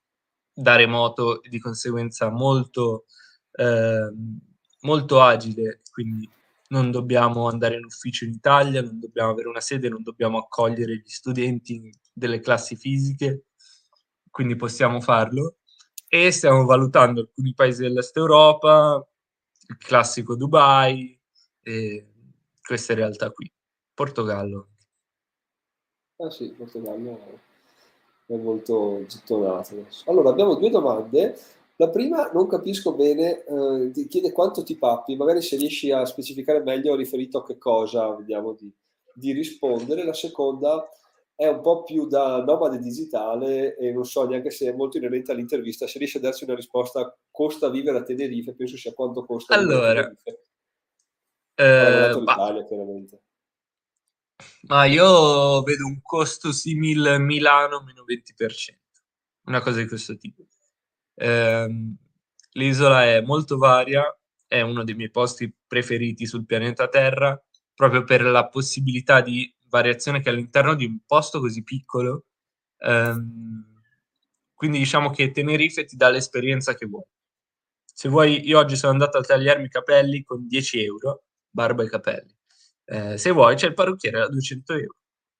da remoto e di conseguenza molto, eh, molto agile, quindi non dobbiamo andare in ufficio in Italia, non dobbiamo avere una sede, non dobbiamo accogliere gli studenti delle classi fisiche, quindi possiamo farlo. E stiamo valutando alcuni paesi dell'Est Europa, il classico Dubai, e queste realtà qui. Portogallo. Ah sì, Portogallo è molto gettonato adesso. Allora, abbiamo due domande. La prima non capisco bene, eh, ti chiede quanto ti pappi, magari se riesci a specificare meglio riferito a che cosa, vediamo di, di rispondere. La seconda è un po' più da nomade digitale e non so neanche se è molto inerente all'intervista, se riesci a darci una risposta, costa vivere a Tenerife, penso sia quanto costa vivere a Allora, Tenerife, paragonato eh, bah, all'Italia chiaramente. ma io vedo un costo simile Milano meno venti per cento, una cosa di questo tipo. Ehm, l'isola è molto varia, è uno dei miei posti preferiti sul pianeta Terra, proprio per la possibilità di variazione che all'interno di un posto così piccolo. Ehm, quindi diciamo che Tenerife ti dà l'esperienza che vuoi. Se vuoi, io oggi sono andato a tagliarmi i capelli con dieci euro, barba e capelli. Eh, se vuoi, c'è il parrucchiere da duecento euro.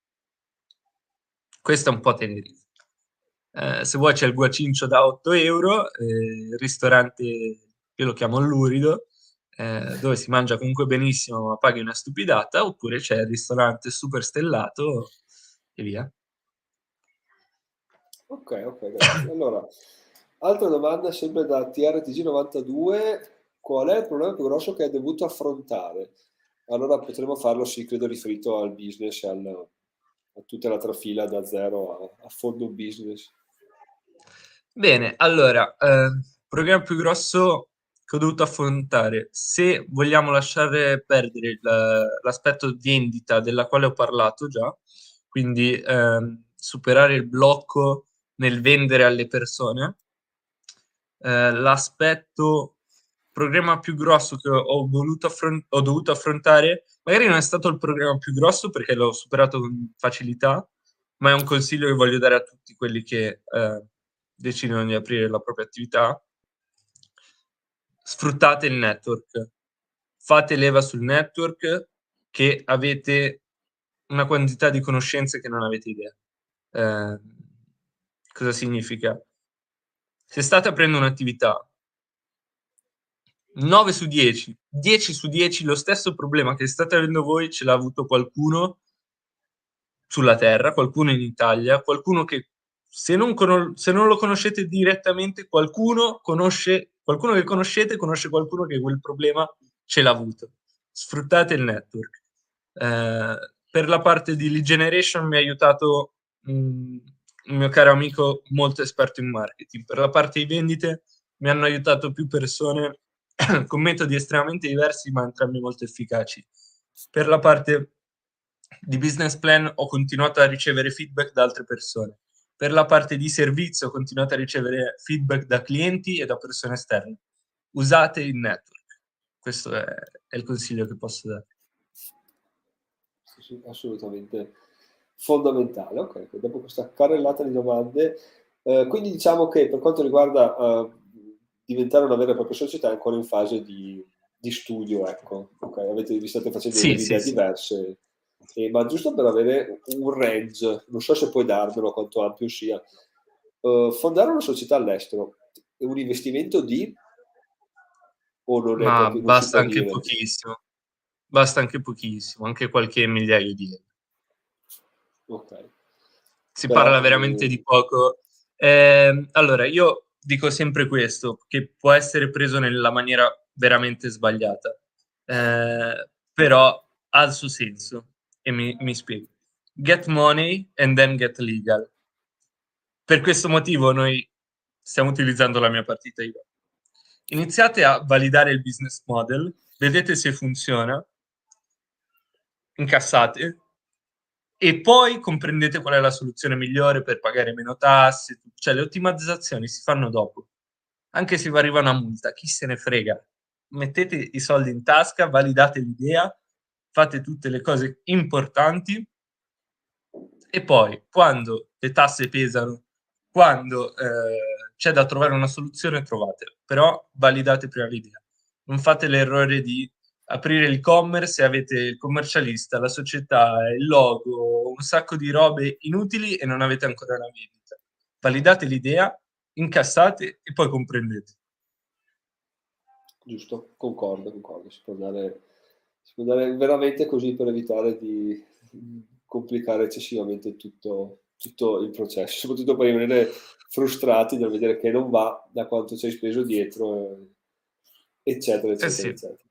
Questo è un po' Tenerife. Eh, se vuoi c'è il guacincio da otto euro, eh, il ristorante, io lo chiamo Lurido, eh, dove si mangia comunque benissimo ma paghi una stupidata, oppure c'è il ristorante super stellato e via. Ok, ok, grazie. Allora, altra domanda sempre da T R T G novantadue, qual è il problema più grosso che hai dovuto affrontare? Allora potremmo farlo, sì, credo riferito al business, al- a tutta la trafila da zero a, a fondo business. Bene, allora, eh, il problema più grosso che ho dovuto affrontare, se vogliamo lasciare perdere il- l'aspetto di vendita della quale ho parlato già, quindi ehm, superare il blocco nel vendere alle persone, eh, l'aspetto, problema più grosso che ho voluto affron- ho dovuto affrontare, magari non è stato il problema più grosso perché l'ho superato con facilità, ma è un consiglio che voglio dare a tutti quelli che eh, decidono di aprire la propria attività. Sfruttate il network, fate leva sul network che avete una quantità di conoscenze che non avete idea. Eh, cosa significa? Se state aprendo un'attività, nove su dieci, dieci su dieci, lo stesso problema che state avendo voi ce l'ha avuto qualcuno sulla Terra, qualcuno in Italia, qualcuno che se non, cono- se non lo conoscete direttamente, qualcuno conosce, qualcuno che conoscete conosce qualcuno che quel problema ce l'ha avuto. Sfruttate il network. Eh, per la parte di lead generation mi ha aiutato mh, un mio caro amico molto esperto in marketing. Per la parte di vendite mi hanno aiutato più persone con metodi estremamente diversi, ma entrambi molto efficaci. Per la parte di business plan ho continuato a ricevere feedback da altre persone. Per la parte di servizio ho continuato a ricevere feedback da clienti e da persone esterne. Usate il network. Questo è, è il consiglio che posso dare. Sì, sì, assolutamente fondamentale. Ok, dopo questa carrellata di domande, eh, quindi diciamo che per quanto riguarda eh, diventare una vera e propria società è ancora in fase di, di studio, ecco. Ok, avete, vi state facendo Sì, delle sì, idee sì. diverse, e- ma giusto per avere un range, non so se puoi darmelo quanto ampio sia. Eh, fondare una società all'estero è un investimento di o non è Ma proprio, non si basta può anche dire? pochissimo. Basta anche pochissimo, anche qualche migliaio di euro. Ok, Si però parla veramente eh, di poco. Eh, allora, io dico sempre questo, che può essere preso nella maniera veramente sbagliata, eh, però ha il suo senso e mi, mi spiego. Get money and then get legal. Per questo motivo noi stiamo utilizzando la mia partita I V A. Iniziate a validare il business model, vedete se funziona, incassate e poi comprendete qual è la soluzione migliore per pagare meno tasse, cioè le ottimizzazioni si fanno dopo. Anche se vi arriva una multa, chi se ne frega? Mettete i soldi in tasca, validate l'idea, fate tutte le cose importanti e poi, quando le tasse pesano, quando eh, c'è da trovare una soluzione, trovatela, però validate prima l'idea. Non fate l'errore di aprire l'e-commerce e avete il commercialista, la società, il logo, un sacco di robe inutili e non avete ancora la vendita. Validate l'idea, incassate e poi comprendete. Giusto, concordo, concordo. Si può andare, si può andare veramente così per evitare di complicare eccessivamente tutto, tutto il processo, soprattutto per rimanere frustrati nel vedere che non va da quanto ci hai speso dietro, eh, eccetera, Eh eccetera, sì, eccetera.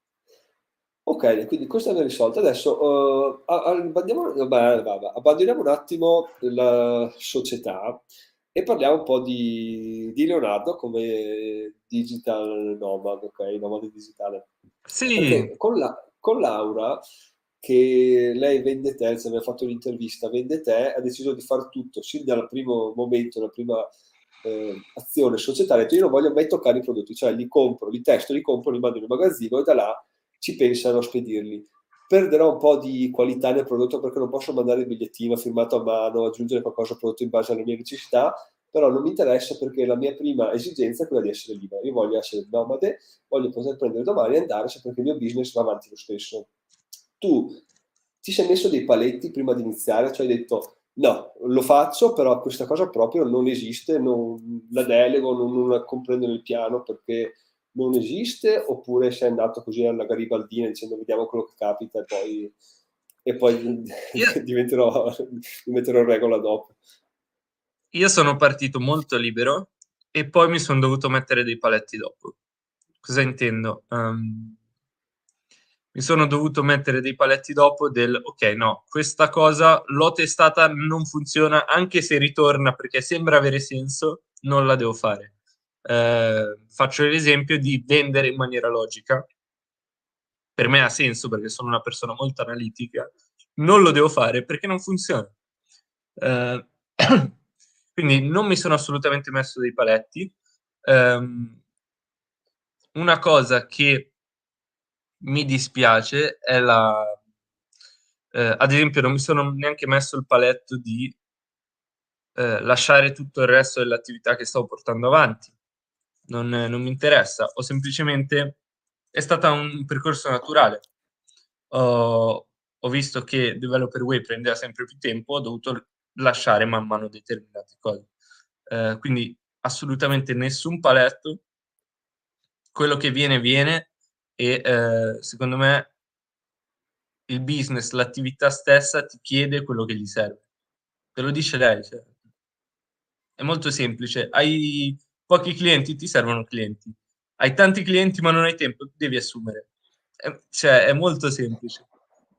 Ok, quindi questa è risolta. Adesso eh, a- a- abbandoniamo, vabbè, vabbè, abbandoniamo un attimo la società e parliamo un po' di, di Leonardo come digital nomad, ok? Nomade digitale. sì, Perché con, la, con Laura, che lei vende te, ci aveva fatto un'intervista, vende te, ha deciso di fare tutto, sin dal primo momento, la prima eh, azione societaria, ha detto io non voglio mai toccare i prodotti, cioè li compro, li testo, li compro, li mando in un magazzino e da là ci pensano a spedirli. Perderò un po' di qualità nel prodotto perché non posso mandare il bigliettino firmato a mano, aggiungere qualcosa al prodotto in base alle mie necessità, però non mi interessa perché la mia prima esigenza è quella di essere libero. Io voglio essere nomade, voglio poter prendere domani e andare sapere che il mio business va avanti lo stesso. Tu ti sei messo dei paletti prima di iniziare, cioè hai detto no, lo faccio, però questa cosa proprio non esiste, non la delego, non, non la comprendo nel piano perché non esiste, oppure sei andato così alla garibaldina dicendo vediamo quello che capita e poi, e poi io, diventerò, diventerò regola dopo. io sono partito molto libero e poi mi sono dovuto mettere dei paletti dopo. Cosa intendo? Ehm, mi sono dovuto mettere dei paletti dopo del ok, no, questa cosa l'ho testata, non funziona, anche se ritorna perché sembra avere senso, non la devo fare. Eh, faccio l'esempio di vendere in maniera logica. Per me ha senso perché sono una persona molto analitica. Non lo devo fare perché non funziona. Eh, quindi non mi sono assolutamente messo dei paletti. Ehm, una cosa che mi dispiace è la... eh, ad esempio, non mi sono neanche messo il paletto di eh, lasciare tutto il resto dell'attività che stavo portando avanti. Non, non mi interessa, o semplicemente è stato un percorso naturale. Ho, ho visto che Developer Way prendeva sempre più tempo, ho dovuto lasciare man mano determinate cose. Eh, quindi assolutamente nessun paletto, quello che viene viene e eh, secondo me il business, l'attività stessa ti chiede quello che gli serve. Te lo dice lei, cioè. È molto semplice. Hai pochi clienti, ti servono clienti. Hai tanti clienti ma non hai tempo, devi assumere. È- cioè, è molto semplice.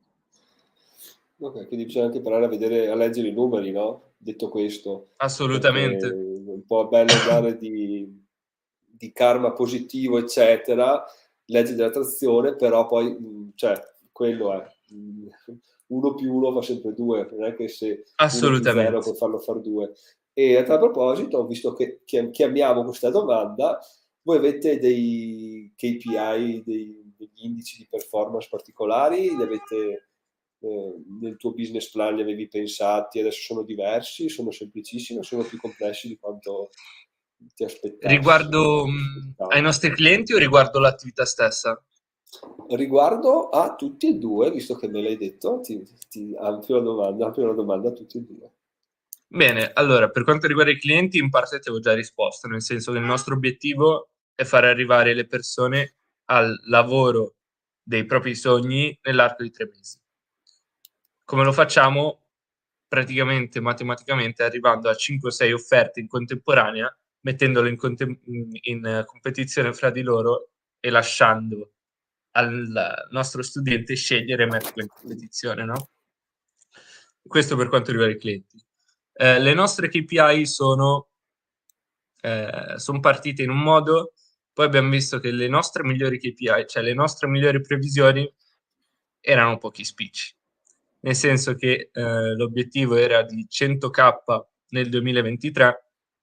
Ok, quindi bisogna anche imparare a vedere, a leggere i numeri, no? Detto questo, perché Assolutamente. è un po' bello andare di, di karma positivo, eccetera, leggi dell'attrazione, però poi, mh, cioè, quello è, mh, uno più uno fa sempre due, non è che se uno più zero Assolutamente. puoi farlo fare due. E a tal proposito, ho visto che chiam- chiamiamo questa domanda, voi avete dei K P I, dei- degli indici di performance particolari, li avete eh, nel tuo business plan li avevi pensati, adesso sono diversi, sono semplicissimi o sono più complessi di quanto ti aspettassi? Riguardo, mh, ai nostri clienti o riguardo l'attività stessa? Riguardo a tutti e due, visto che me l'hai detto, ti, ti ampio la domanda, ampio la domanda a tutti e due. Bene, allora, per quanto riguarda i clienti, in parte ti avevo già risposto, nel senso che il nostro obiettivo è far arrivare le persone al lavoro dei propri sogni nell'arco di tre mesi. Come lo facciamo? Praticamente matematicamente arrivando a cinque sei offerte in contemporanea, mettendole in, contem- in competizione fra di loro e lasciando al nostro studente scegliere e metterle in competizione, no? Questo per quanto riguarda i clienti. Eh, le nostre K P I sono, eh, son partite in un modo, poi abbiamo visto che le nostre migliori K P I, cioè le nostre migliori previsioni, erano pochi spicci. Nel senso che eh, l'obiettivo era di cento k nel duemilaventitré,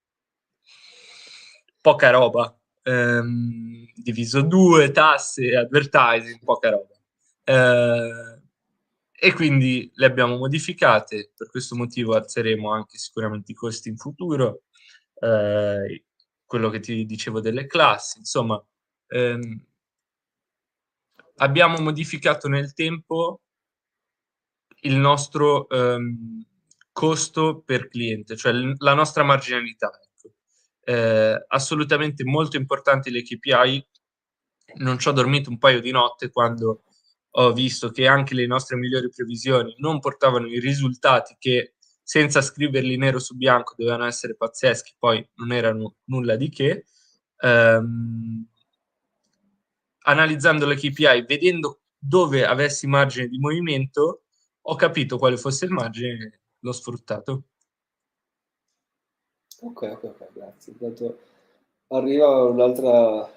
poca roba. Ehm, diviso due, tasse, advertising, poca roba. Eh, e quindi le abbiamo modificate, per questo motivo alzeremo anche sicuramente i costi in futuro. Eh, quello che ti dicevo delle classi, insomma, ehm, abbiamo modificato nel tempo il nostro ehm, costo per cliente, cioè l- la nostra marginalità. Ecco. Eh, assolutamente molto importanti le K P I. Non ci ho dormito un paio di notte quando ho visto che anche le nostre migliori previsioni non portavano i risultati che, senza scriverli nero su bianco, dovevano essere pazzeschi, poi non erano nulla di che. Ehm, Analizzando le K P I, vedendo dove avessi margine di movimento, ho capito quale fosse il margine e l'ho sfruttato. Ok, ok, ok, grazie. Intanto arriva un'altra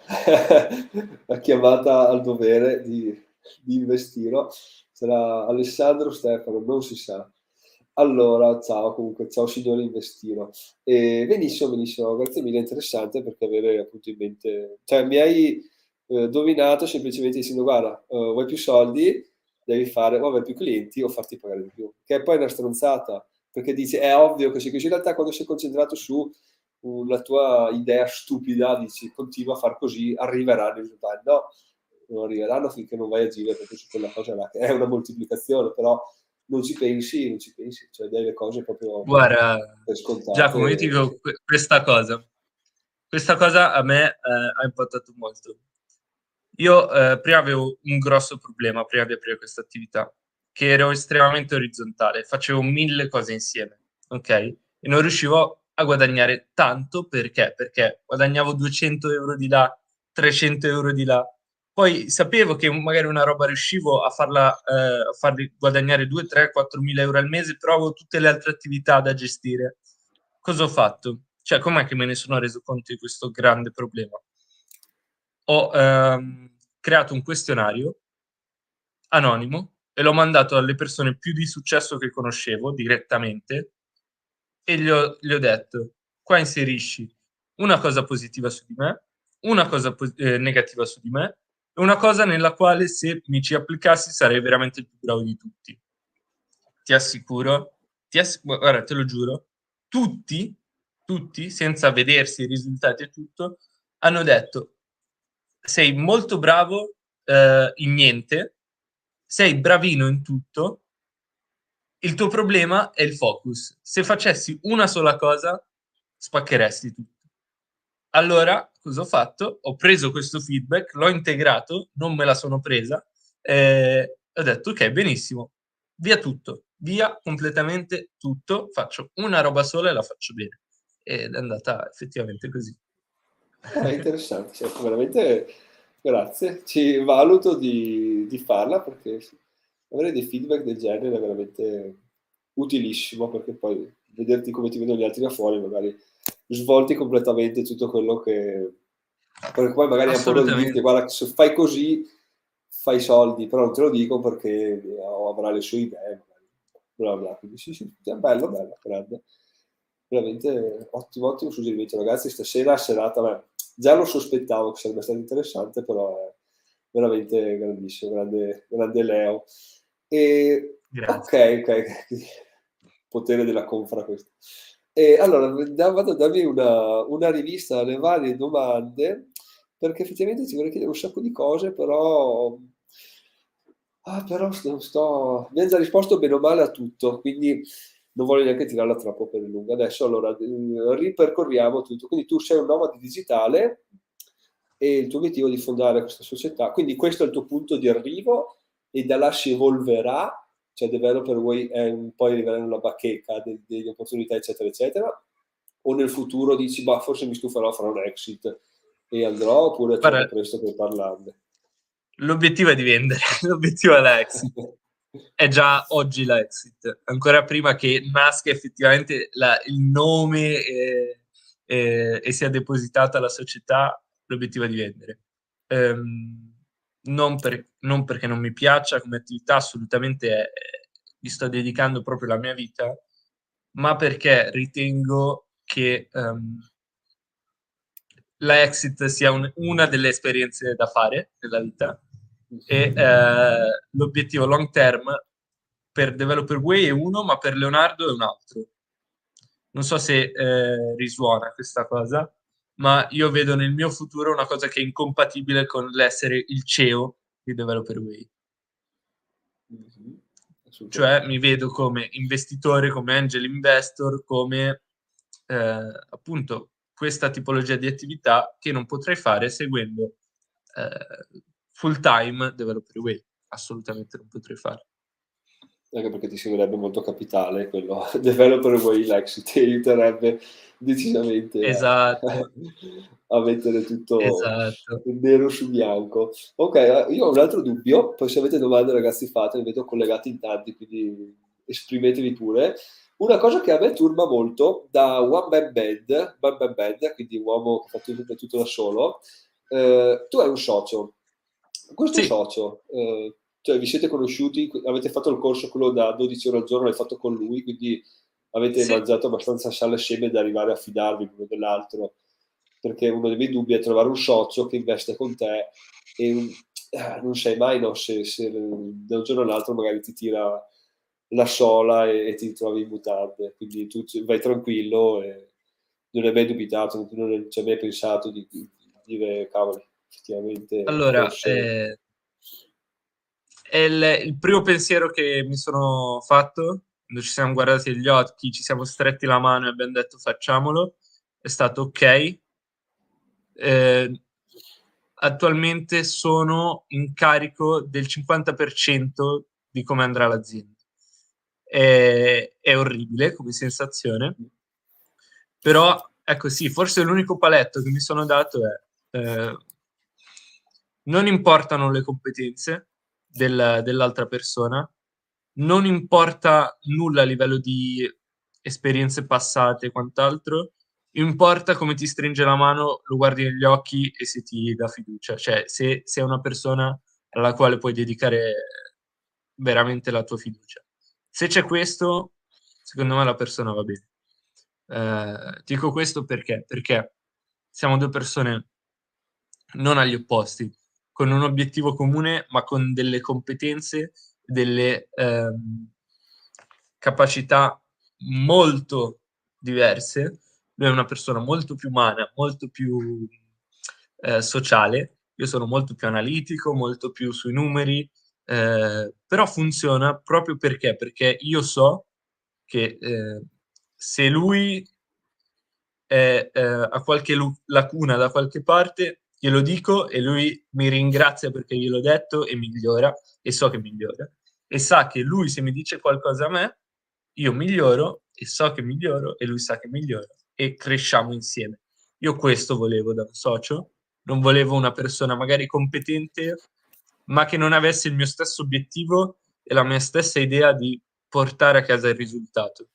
chiamata al dovere di, di investiro. Sarà Alessandro Stefano, non si sa. Allora, ciao comunque, ciao signore Investiro. E benissimo, benissimo, grazie mille, interessante perché avere appunto in mente, cioè mi hai eh, dovinato semplicemente dicendo guarda, eh, vuoi più soldi, devi fare, o avere più clienti o farti pagare di più, che è poi una stronzata, perché dici è ovvio che sì, così in realtà quando sei concentrato su una tua idea stupida, dici continua a far così, arriveranno i risultati. No, non arriveranno finché non vai a agire proprio su quella cosa là, che è una moltiplicazione, però non ci pensi, non ci pensi, cioè dai le cose proprio Guarda, per Giacomo, io ti scontate. dico que- questa cosa. Questa cosa a me eh, ha impattato molto. Io eh, prima avevo un grosso problema prima di aprire questa attività, che ero estremamente orizzontale, facevo mille cose insieme, ok? E non riuscivo a guadagnare tanto perché? Perché guadagnavo duecento euro di là, trecento euro di là. Poi sapevo che magari una roba riuscivo a farla, eh, a farli guadagnare due, tre, quattro mila euro al mese, però avevo tutte le altre attività da gestire. Cosa ho fatto? Cioè, com'è che me ne sono reso conto di questo grande problema? Ho ehm, creato un questionario anonimo e l'ho mandato alle persone più di successo che conoscevo direttamente e gli ho, gli ho detto, qua inserisci una cosa positiva su di me, una cosa po- eh, negativa su di me e una cosa nella quale se mi ci applicassi sarei veramente il più bravo di tutti. Ti assicuro, ti ass- guarda, te lo giuro, tutti, tutti, senza vedersi i risultati e tutto, hanno detto sei molto bravo eh, in niente, sei bravino in tutto, il tuo problema è il focus. Se facessi una sola cosa, spaccheresti tutto. Allora, cosa ho fatto? Ho preso questo feedback, l'ho integrato, non me la sono presa, e ho detto, ok, benissimo, via tutto, via completamente tutto, faccio una roba sola e la faccio bene. Ed è andata effettivamente così. Ah, è interessante, cioè, veramente grazie, ci valuto di, di farla perché sì, avere dei feedback del genere è veramente utilissimo perché poi vederti come ti vedono gli altri da fuori magari svolti completamente tutto quello che... perché poi magari hanno paura di dirti Assolutamente. guarda se fai così fai soldi, però non te lo dico perché eh, avrà le sue idee, magari. Bla bla. Quindi sì, sì, è bello, bello, grande. Veramente ottimo, ottimo suggerimento, ragazzi. Stasera serata, beh, già lo sospettavo che sarebbe stato interessante, però è veramente grandissimo, grande, grande Leo. E Grazie. ok, ok, potere della confra questo. E allora, da- vado a darvi una, una rivista alle varie domande, perché effettivamente ci vorrei chiedere un sacco di cose, però, ah, però sto, sto- abbiamo già risposto bene o male a tutto, quindi non voglio neanche tirarla troppo per lungo. Adesso allora eh, ripercorriamo tutto. Quindi tu sei un nomade digitale e il tuo obiettivo è di fondare questa società. Quindi questo è il tuo punto di arrivo e da là si evolverà, cioè developer vuoi è un po' arrivare nella bacheca de- delle opportunità, eccetera, eccetera. O nel futuro dici, bah, forse mi stuferò, farò un exit e andrò, oppure è troppo Guarda, presto per parlarne. l'obiettivo è di vendere, l'obiettivo è la exit. È già oggi la exit, ancora prima che nasca effettivamente la- il nome e, e- e sia depositata la società, l'obiettivo è di vendere. Ehm, non, per- non perché non mi piaccia come attività, assolutamente è- gli sto dedicando proprio la mia vita, ma perché ritengo che ehm, la exit sia un- una delle esperienze da fare nella vita e eh, l'obiettivo long term per Developer Way è uno, ma per Leonardo è un altro. Non so se eh, risuona questa cosa, ma io vedo nel mio futuro una cosa che è incompatibile con l'essere il C E O di Developer Way. Mhm. Cioè Assolutamente. mi vedo come investitore, come angel investor, come eh, appunto questa tipologia di attività che non potrei fare seguendo eh, full time Developer Way. Assolutamente non potrei fare. Anche perché ti servirebbe molto capitale, quello developer way like ti aiuterebbe decisamente a, Esatto, a mettere tutto esatto. nero su bianco. Ok, eh, io ho un altro dubbio, poi se avete domande ragazzi fate, li vedo collegati in tanti, quindi esprimetevi pure. Una cosa che a me turba molto da One Man Band, One Man Band, quindi un uomo che fa tutto, tutto da solo, eh, tu hai un socio. Questo Sì, socio, eh, cioè vi siete conosciuti, avete fatto il corso quello da dodici ore al giorno, l'hai fatto con lui, quindi avete sì. mangiato abbastanza sale assieme da arrivare a fidarvi l'uno dell'altro, perché uno dei miei dubbi è trovare un socio che investe con te e eh, non sai mai no, se, se da un giorno all'altro magari ti tira la sola e, e ti trovi in mutande, quindi tu ci- vai tranquillo e non hai mai dubitato, non hai ci hai mai pensato di, di dire cavoli, effettivamente Allora, forse... eh, è il, il primo pensiero che mi sono fatto quando ci siamo guardati negli occhi, ci siamo stretti la mano e abbiamo detto facciamolo, è stato ok. eh, Attualmente sono in carico del cinquanta per cento di come andrà l'azienda. È, è orribile come sensazione, però ecco sì, forse l'unico paletto che mi sono dato è eh, non importano le competenze del- dell'altra persona, non importa nulla a livello di esperienze passate e quant'altro, importa come ti stringe la mano, lo guardi negli occhi e se ti dà fiducia, cioè se sei una persona alla quale puoi dedicare veramente la tua fiducia. Se c'è questo, secondo me la persona va bene. Eh, dico questo perché? Perché siamo due persone non agli opposti, con un obiettivo comune, ma con delle competenze, delle ehm, capacità molto diverse. Lui è una persona molto più umana, molto più eh, sociale. Io sono molto più analitico, molto più sui numeri, eh, però funziona proprio perché? Perché io so che eh, se lui è, eh, ha qualche lu- lacuna da qualche parte, glielo dico e lui mi ringrazia perché gliel'ho detto e migliora, e so che migliora. E sa che lui se mi dice qualcosa a me, io miglioro e so che miglioro e lui sa che migliora e cresciamo insieme. Io questo volevo da un socio, non volevo una persona magari competente, ma che non avesse il mio stesso obiettivo e la mia stessa idea di portare a casa il risultato.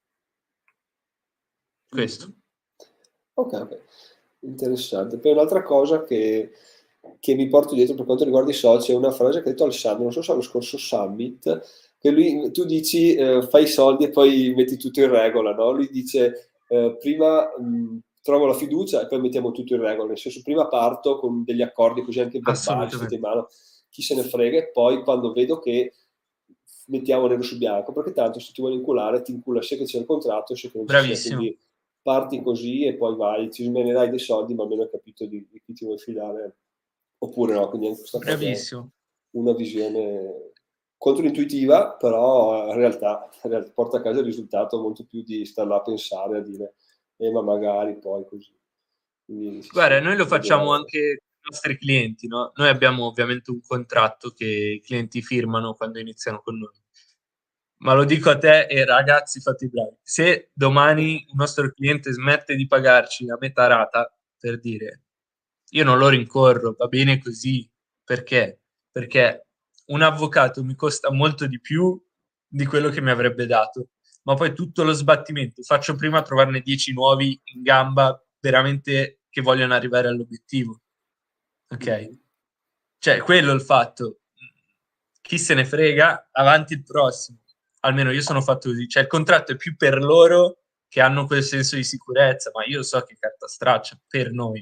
Questo. Mhm. Ok, ok, interessante. Poi un'altra cosa che, che mi porto dietro per quanto riguarda i soci è una frase che ha detto Alessandro, non so se allo scorso summit, che lui, tu dici eh, fai i soldi e poi metti tutto in regola, no? Lui dice eh, prima mh, trovo la fiducia e poi mettiamo tutto in regola, nel senso prima parto con degli accordi così anche verbali, scritti in Assolutamente. mano, chi se ne frega e poi quando vedo che mettiamo nero su bianco, perché tanto se ti vuoi inculare ti incula sia che c'è il contratto sia che non ci sia, Bravissimo, quindi parti così e poi vai, ci smenerai dei soldi, ma almeno hai capito di, di chi ti vuoi fidare, oppure no, quindi anche questa cosa è bravissimo. una visione controintuitiva, però in realtà, in realtà porta a casa il risultato molto più di star là a pensare, a dire, eh, ma magari poi così. Quindi sì, Guarda, sì, noi lo facciamo vedo... anche con i nostri clienti, no? Noi abbiamo ovviamente un contratto che i clienti firmano quando iniziano con noi. Ma lo dico a te e ragazzi, fate i bravi. Se domani un nostro cliente smette di pagarci a metà rata, per dire, io non lo rincorro, va bene così. Perché? Perché un avvocato mi costa molto di più di quello che mi avrebbe dato, ma poi tutto lo sbattimento, faccio prima trovarne dieci nuovi in gamba veramente che vogliono arrivare all'obiettivo. Ok? Mhm. Cioè, quello è il fatto. Chi se ne frega, avanti il prossimo. Almeno io sono fatto così. Cioè, il contratto è più per loro che hanno quel senso di sicurezza, ma io so che carta straccia per noi.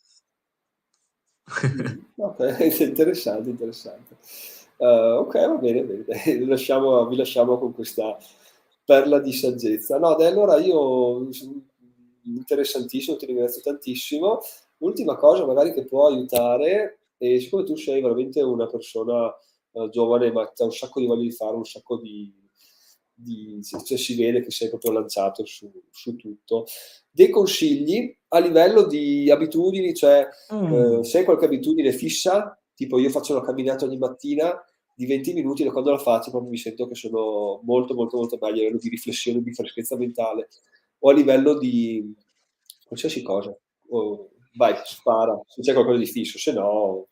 Mm, ok, interessante, interessante. Eh, ok, va bene, bene, dai, vi lasciamo, vi lasciamo con questa perla di saggezza. No, dai, allora io interessantissimo, ti ringrazio tantissimo. Ultima cosa magari che può aiutare, e siccome tu sei veramente una persona uh, giovane ma c'è un sacco di voglia di fare, un sacco di, di cioè si vede che sei proprio lanciato su, su tutto, dei consigli a livello di abitudini, cioè Mm. uh, se hai qualche abitudine fissa, tipo io faccio una camminata ogni mattina di venti minuti e quando la faccio proprio mi sento che sono molto molto molto meglio a livello di riflessione, di freschezza mentale o a livello di qualsiasi cosa. O, vai, spara, se c'è qualcosa di fisso, se no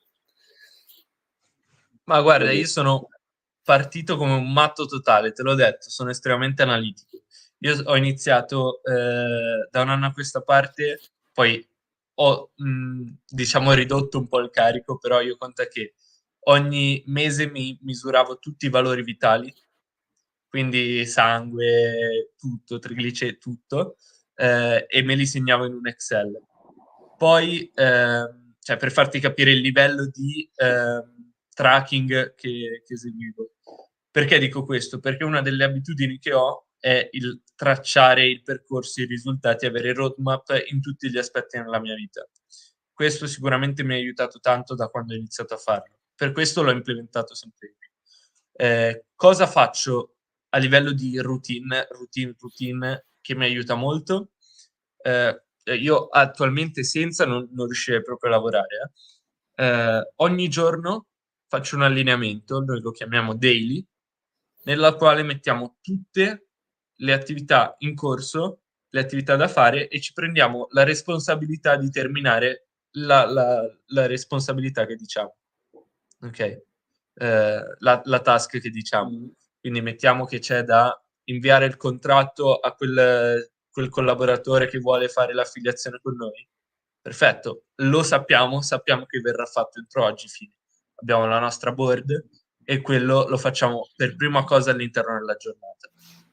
Ma va guarda, io bene. sono partito come un matto totale, te l'ho detto, sono estremamente analitico. Io ho iniziato eh, da un anno a questa parte, poi ho, mh, diciamo, ridotto un po' il carico, però io conta che ogni mese mi misuravo tutti i valori vitali, quindi sangue, tutto, trigliceridi, tutto, eh, e me li segnavo in un Excel. Poi, ehm, cioè, per farti capire il livello di ehm, tracking che, che eseguivo. Perché dico questo? Perché una delle abitudini che ho è il tracciare il percorso, i risultati, avere roadmap in tutti gli aspetti della mia vita. Questo sicuramente mi ha aiutato tanto da quando ho iniziato a farlo. Per questo l'ho implementato sempre di più. Eh, cosa faccio a livello di routine, routine, routine che mi aiuta molto? Eh, io attualmente senza non, non riuscirei proprio a lavorare. eh. Eh, ogni giorno faccio un allineamento, noi lo chiamiamo daily, nella quale mettiamo tutte le attività in corso, le attività da fare e ci prendiamo la responsabilità di terminare la, la- la responsabilità che diciamo. Ok? Eh, la, la task che diciamo. Mm. Quindi mettiamo che c'è da inviare il contratto a quel, quel collaboratore che vuole fare l'affiliazione con noi. Perfetto, lo sappiamo, sappiamo che verrà fatto entro oggi fine. Abbiamo la nostra board e quello lo facciamo per prima cosa all'interno della giornata.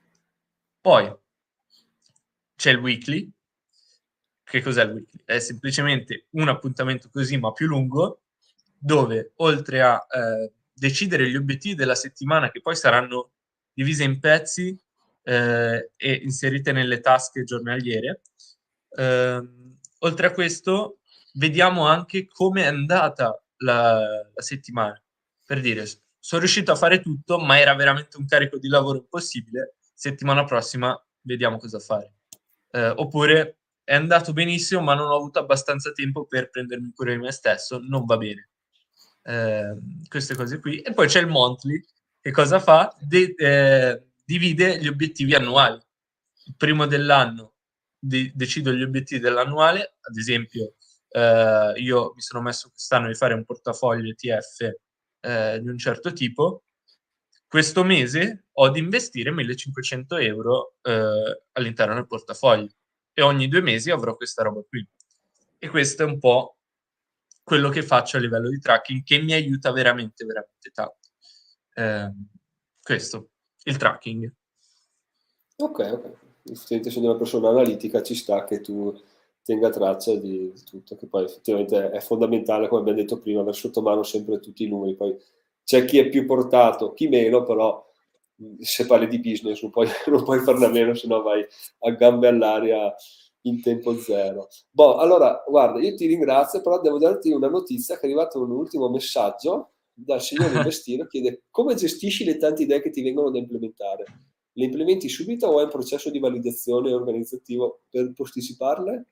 Poi c'è il weekly. Che cos'è il weekly? È semplicemente un appuntamento così, ma più lungo, dove oltre a eh, decidere gli obiettivi della settimana, che poi saranno divise in pezzi eh, e inserite nelle tasche giornaliere, ehm, oltre a questo, vediamo anche come è andata la, la settimana. Per dire, sono riuscito a fare tutto, ma era veramente un carico di lavoro impossibile. Settimana prossima vediamo cosa fare. Eh, oppure è andato benissimo, ma non ho avuto abbastanza tempo per prendermi cura di me stesso, non va bene. Eh, queste cose qui. E poi c'è il monthly, che cosa fa? De- eh, divide gli obiettivi annuali. Il primo dell'anno de- decido gli obiettivi dell'annuale, ad esempio, eh, io mi sono messo quest'anno di fare un portafoglio E T F eh, di un certo tipo. Questo mese ho di investire millecinquecento euro eh, all'interno del portafoglio e ogni due mesi avrò questa roba qui. E questo è un po' quello che faccio a livello di tracking che mi aiuta veramente, veramente tanto. Eh, questo, il tracking. Ok, ok. Effettivamente essendo una persona analitica ci sta che tu tenga traccia di, di tutto, che poi effettivamente è fondamentale, come abbiamo detto prima, aver sotto mano sempre tutti i numeri. Poi c'è chi è più portato, chi meno, però mh, se parli di business non puoi, non puoi farne a meno, se no vai a gambe all'aria in tempo zero. Boh, allora, guarda, io ti ringrazio, però devo darti una notizia che è arrivato un ultimo messaggio dal signor Investino, chiede come gestisci le tante idee che ti vengono da implementare? Le implementi subito o è un processo di validazione organizzativo per posticiparle?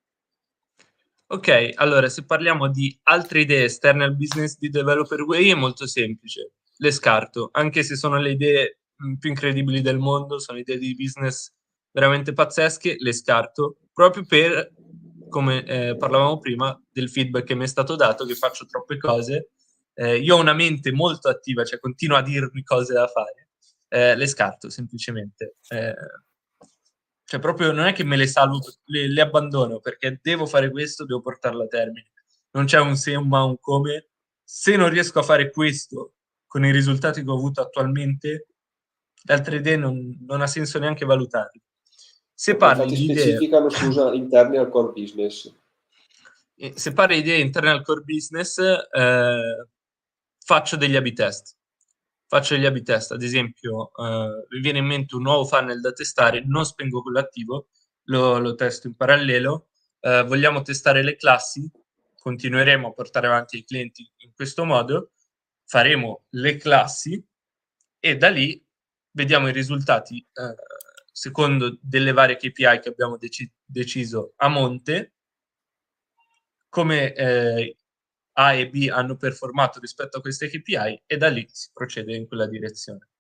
Ok, allora se parliamo di altre idee esterne al business di Developer Way è molto semplice, le scarto, anche se sono le idee mh, più incredibili del mondo, sono idee di business veramente pazzesche, le scarto proprio per, come eh, parlavamo prima, del feedback che mi è stato dato, che faccio troppe cose. Eh, io ho una mente molto attiva, cioè continuo a dirmi cose da fare, eh, le scarto semplicemente. Eh, cioè, proprio non è che me le salvo, le, le abbandono perché devo fare questo, devo portarlo a termine. Non c'è un se, un ma, un come. Se non riesco a fare questo con i risultati che ho avuto attualmente, le altre idee non, non ha senso neanche valutarle. Se Ok, parli infatti di idee, specificano su usa interni al core business. eh, se parli di idee interne al core business, eh, faccio degli A B test. Faccio degli A B test, ad esempio, eh, mi viene in mente un nuovo funnel da testare, non spengo quello attivo, lo, lo testo in parallelo. Eh, vogliamo testare le classi, continueremo a portare avanti i clienti in questo modo, faremo le classi e da lì vediamo i risultati eh, secondo delle varie K P I che abbiamo deci- deciso a monte, come eh, A e B hanno performato rispetto a queste K P I e da lì si procede in quella direzione.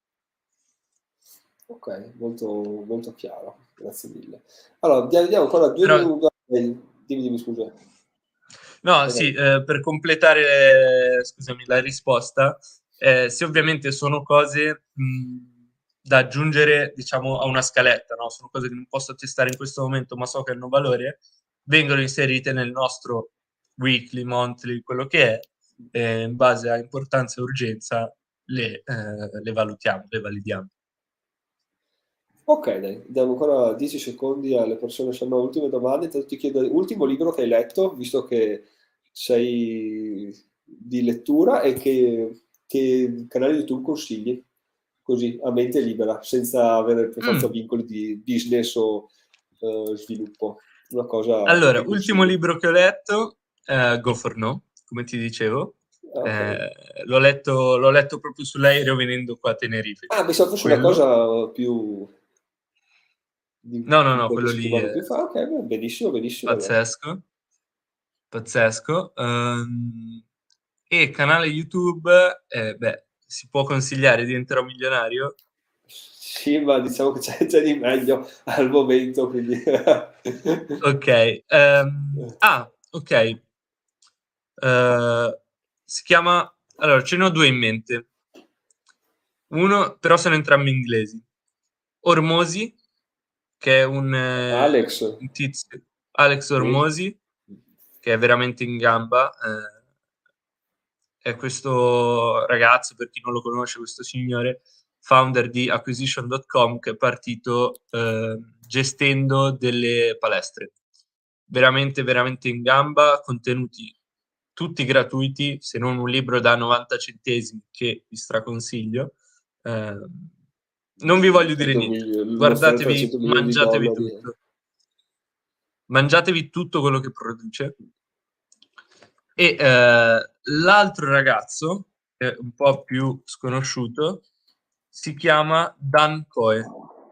Ok, molto, molto chiaro, grazie mille. Allora, diamo ancora due Però, minuti. Dimmi, dimmi, scusa. no, Vai, sì, vai. eh, per completare, scusami, la risposta, eh, se ovviamente sono cose mh, da aggiungere, diciamo, a una scaletta, no? Sono cose che non posso testare in questo momento, ma so che hanno valore, vengono inserite nel nostro weekly, monthly, quello che è, e in base a importanza e urgenza le, eh, le valutiamo, le validiamo. Ok, dai, diamo ancora dieci secondi alle persone se hanno ultime domande. Intanto ti chiedo l'ultimo libro che hai letto, visto che sei di lettura, e che, che canale YouTube consigli, così a mente libera, senza avere per forza Mm. vincoli di business o eh, sviluppo. Una cosa Allora, che ultimo consigli. libro che ho letto, eh, Go for No, come ti dicevo. Ah, ok. Eh, l'ho letto, l'ho letto proprio sull'aereo venendo qua a Tenerife. Ah, pensavo fosse una Quello? cosa più di, No, no, di no, qualche quello lì settimana è più fa. Ok, beh, benissimo, benissimo. Allora. pazzesco, pazzesco. Ehm, e canale YouTube, eh, beh, si può consigliare Diventerò milionario? Sì, ma diciamo che c'è, c'è di meglio al momento, quindi... Ok. ehm, ah, ok. Eh, si chiama... Allora, ce ne ho due in mente. Uno, però sono entrambi inglesi. Ormosi, che è un, eh, Alex, un tizio, Alex sì. Ormosi, che è veramente in gamba. eh, è questo ragazzo, per chi non lo conosce, questo signore, founder di acquisition punto com, che è partito eh, gestendo delle palestre. Veramente, veramente in gamba, contenuti tutti gratuiti, se non un libro da novanta centesimi che vi straconsiglio. Eh, non vi voglio dire cento niente, milioni, lo offre guardatevi, trecento milioni di mangiatevi dollari. tutto. Mangiatevi tutto quello che produce. E eh, l'altro ragazzo, che è un po' più sconosciuto, si chiama Dan Coe.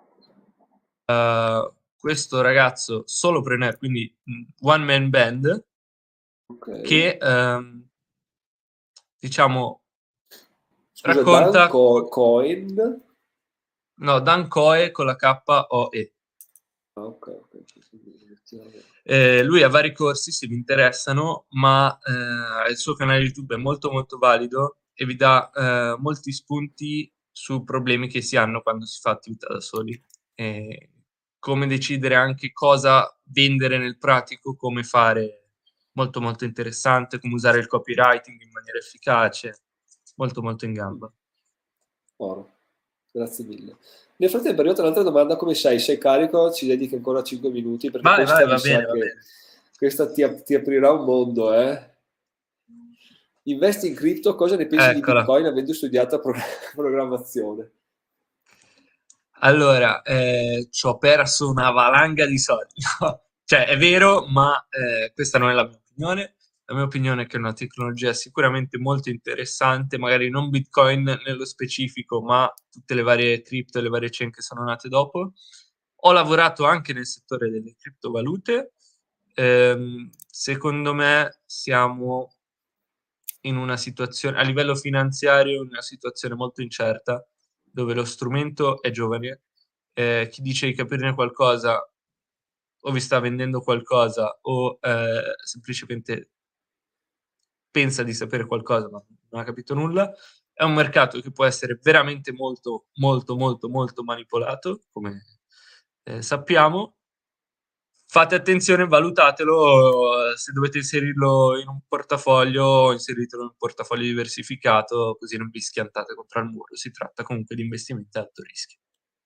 Uh, questo ragazzo solopreneur, quindi one man band, Ok. che ehm, diciamo Scusa, Dan racconta, Co- Cohen? no, Dan Coe con la K O E. Ah, ok, ok. Sì, sì, sì, effettivamente. Eh, lui ha vari corsi se vi interessano, ma eh, il suo canale YouTube è molto molto valido e vi dà eh, molti spunti su problemi che si hanno quando si fa attività da soli. E come decidere anche cosa vendere nel pratico, come fare, molto molto interessante, come usare il copywriting in maniera efficace, molto molto in Mm. gamba. Oro. Grazie mille. Nel frattempo è arrivata un'altra domanda: come sei? Sei carico? Ci dedichi ancora cinque minuti, perché Vai, vai, questa mi va bene, sa va che bene. questa ti, ap- ti aprirà un mondo, eh? Investi in cripto, cosa ne pensi di Eccola. Bitcoin avendo studiato pro- programmazione? Allora, eh, ci ho perso una valanga di soldi. No, cioè, è vero, ma eh, questa non è la mia opinione. La mia opinione è che è una tecnologia sicuramente molto interessante, magari non Bitcoin nello specifico, ma tutte le varie cripto e le varie chain che sono nate dopo. Ho lavorato anche nel settore delle criptovalute. Ehm, secondo me siamo in una situazione, a livello finanziario, in una situazione molto incerta, dove lo strumento è giovane, eh, chi dice di capirne qualcosa o vi sta vendendo qualcosa o eh, semplicemente pensa di sapere qualcosa ma non ha capito nulla. È un mercato che può essere veramente molto, molto, molto, molto manipolato, come eh, sappiamo. Fate attenzione, valutatelo, eh, se dovete inserirlo in un portafoglio, inseritelo in un portafoglio diversificato, così non vi schiantate contro il muro. Si tratta comunque di investimenti ad alto rischio.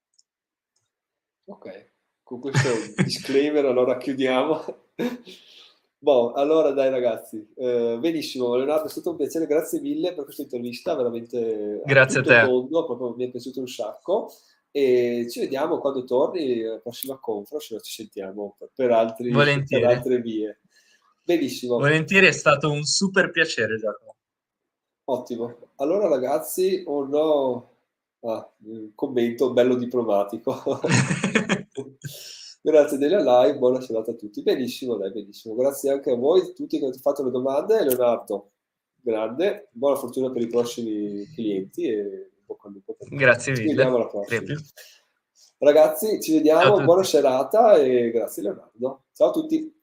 Ok, con questo disclaimer allora chiudiamo. Boh, allora dai ragazzi, eh, benissimo Leonardo, è stato un piacere, grazie mille per questa intervista, veramente a Grazie a tutto te. tondo, proprio mi è piaciuto un sacco. e ci vediamo quando torni alla prossima conference, se no ci sentiamo per, per altri, per Volentieri. altre vie. Benissimo. Volentieri, è stato un super piacere, Giacomo. Ottimo. Allora ragazzi, un no... ah, un commento bello diplomatico. Grazie della live, buona serata a tutti. Benissimo, dai, benissimo. Grazie anche a voi, tutti che avete fatto le domande. Leonardo, grande, buona fortuna per i prossimi clienti e bocca al lupo per te. Grazie Ci vediamo mille. alla prossima. Crepi. Ragazzi, ci Ciao a vediamo, buona tutti. serata e grazie Leonardo. Ciao a tutti.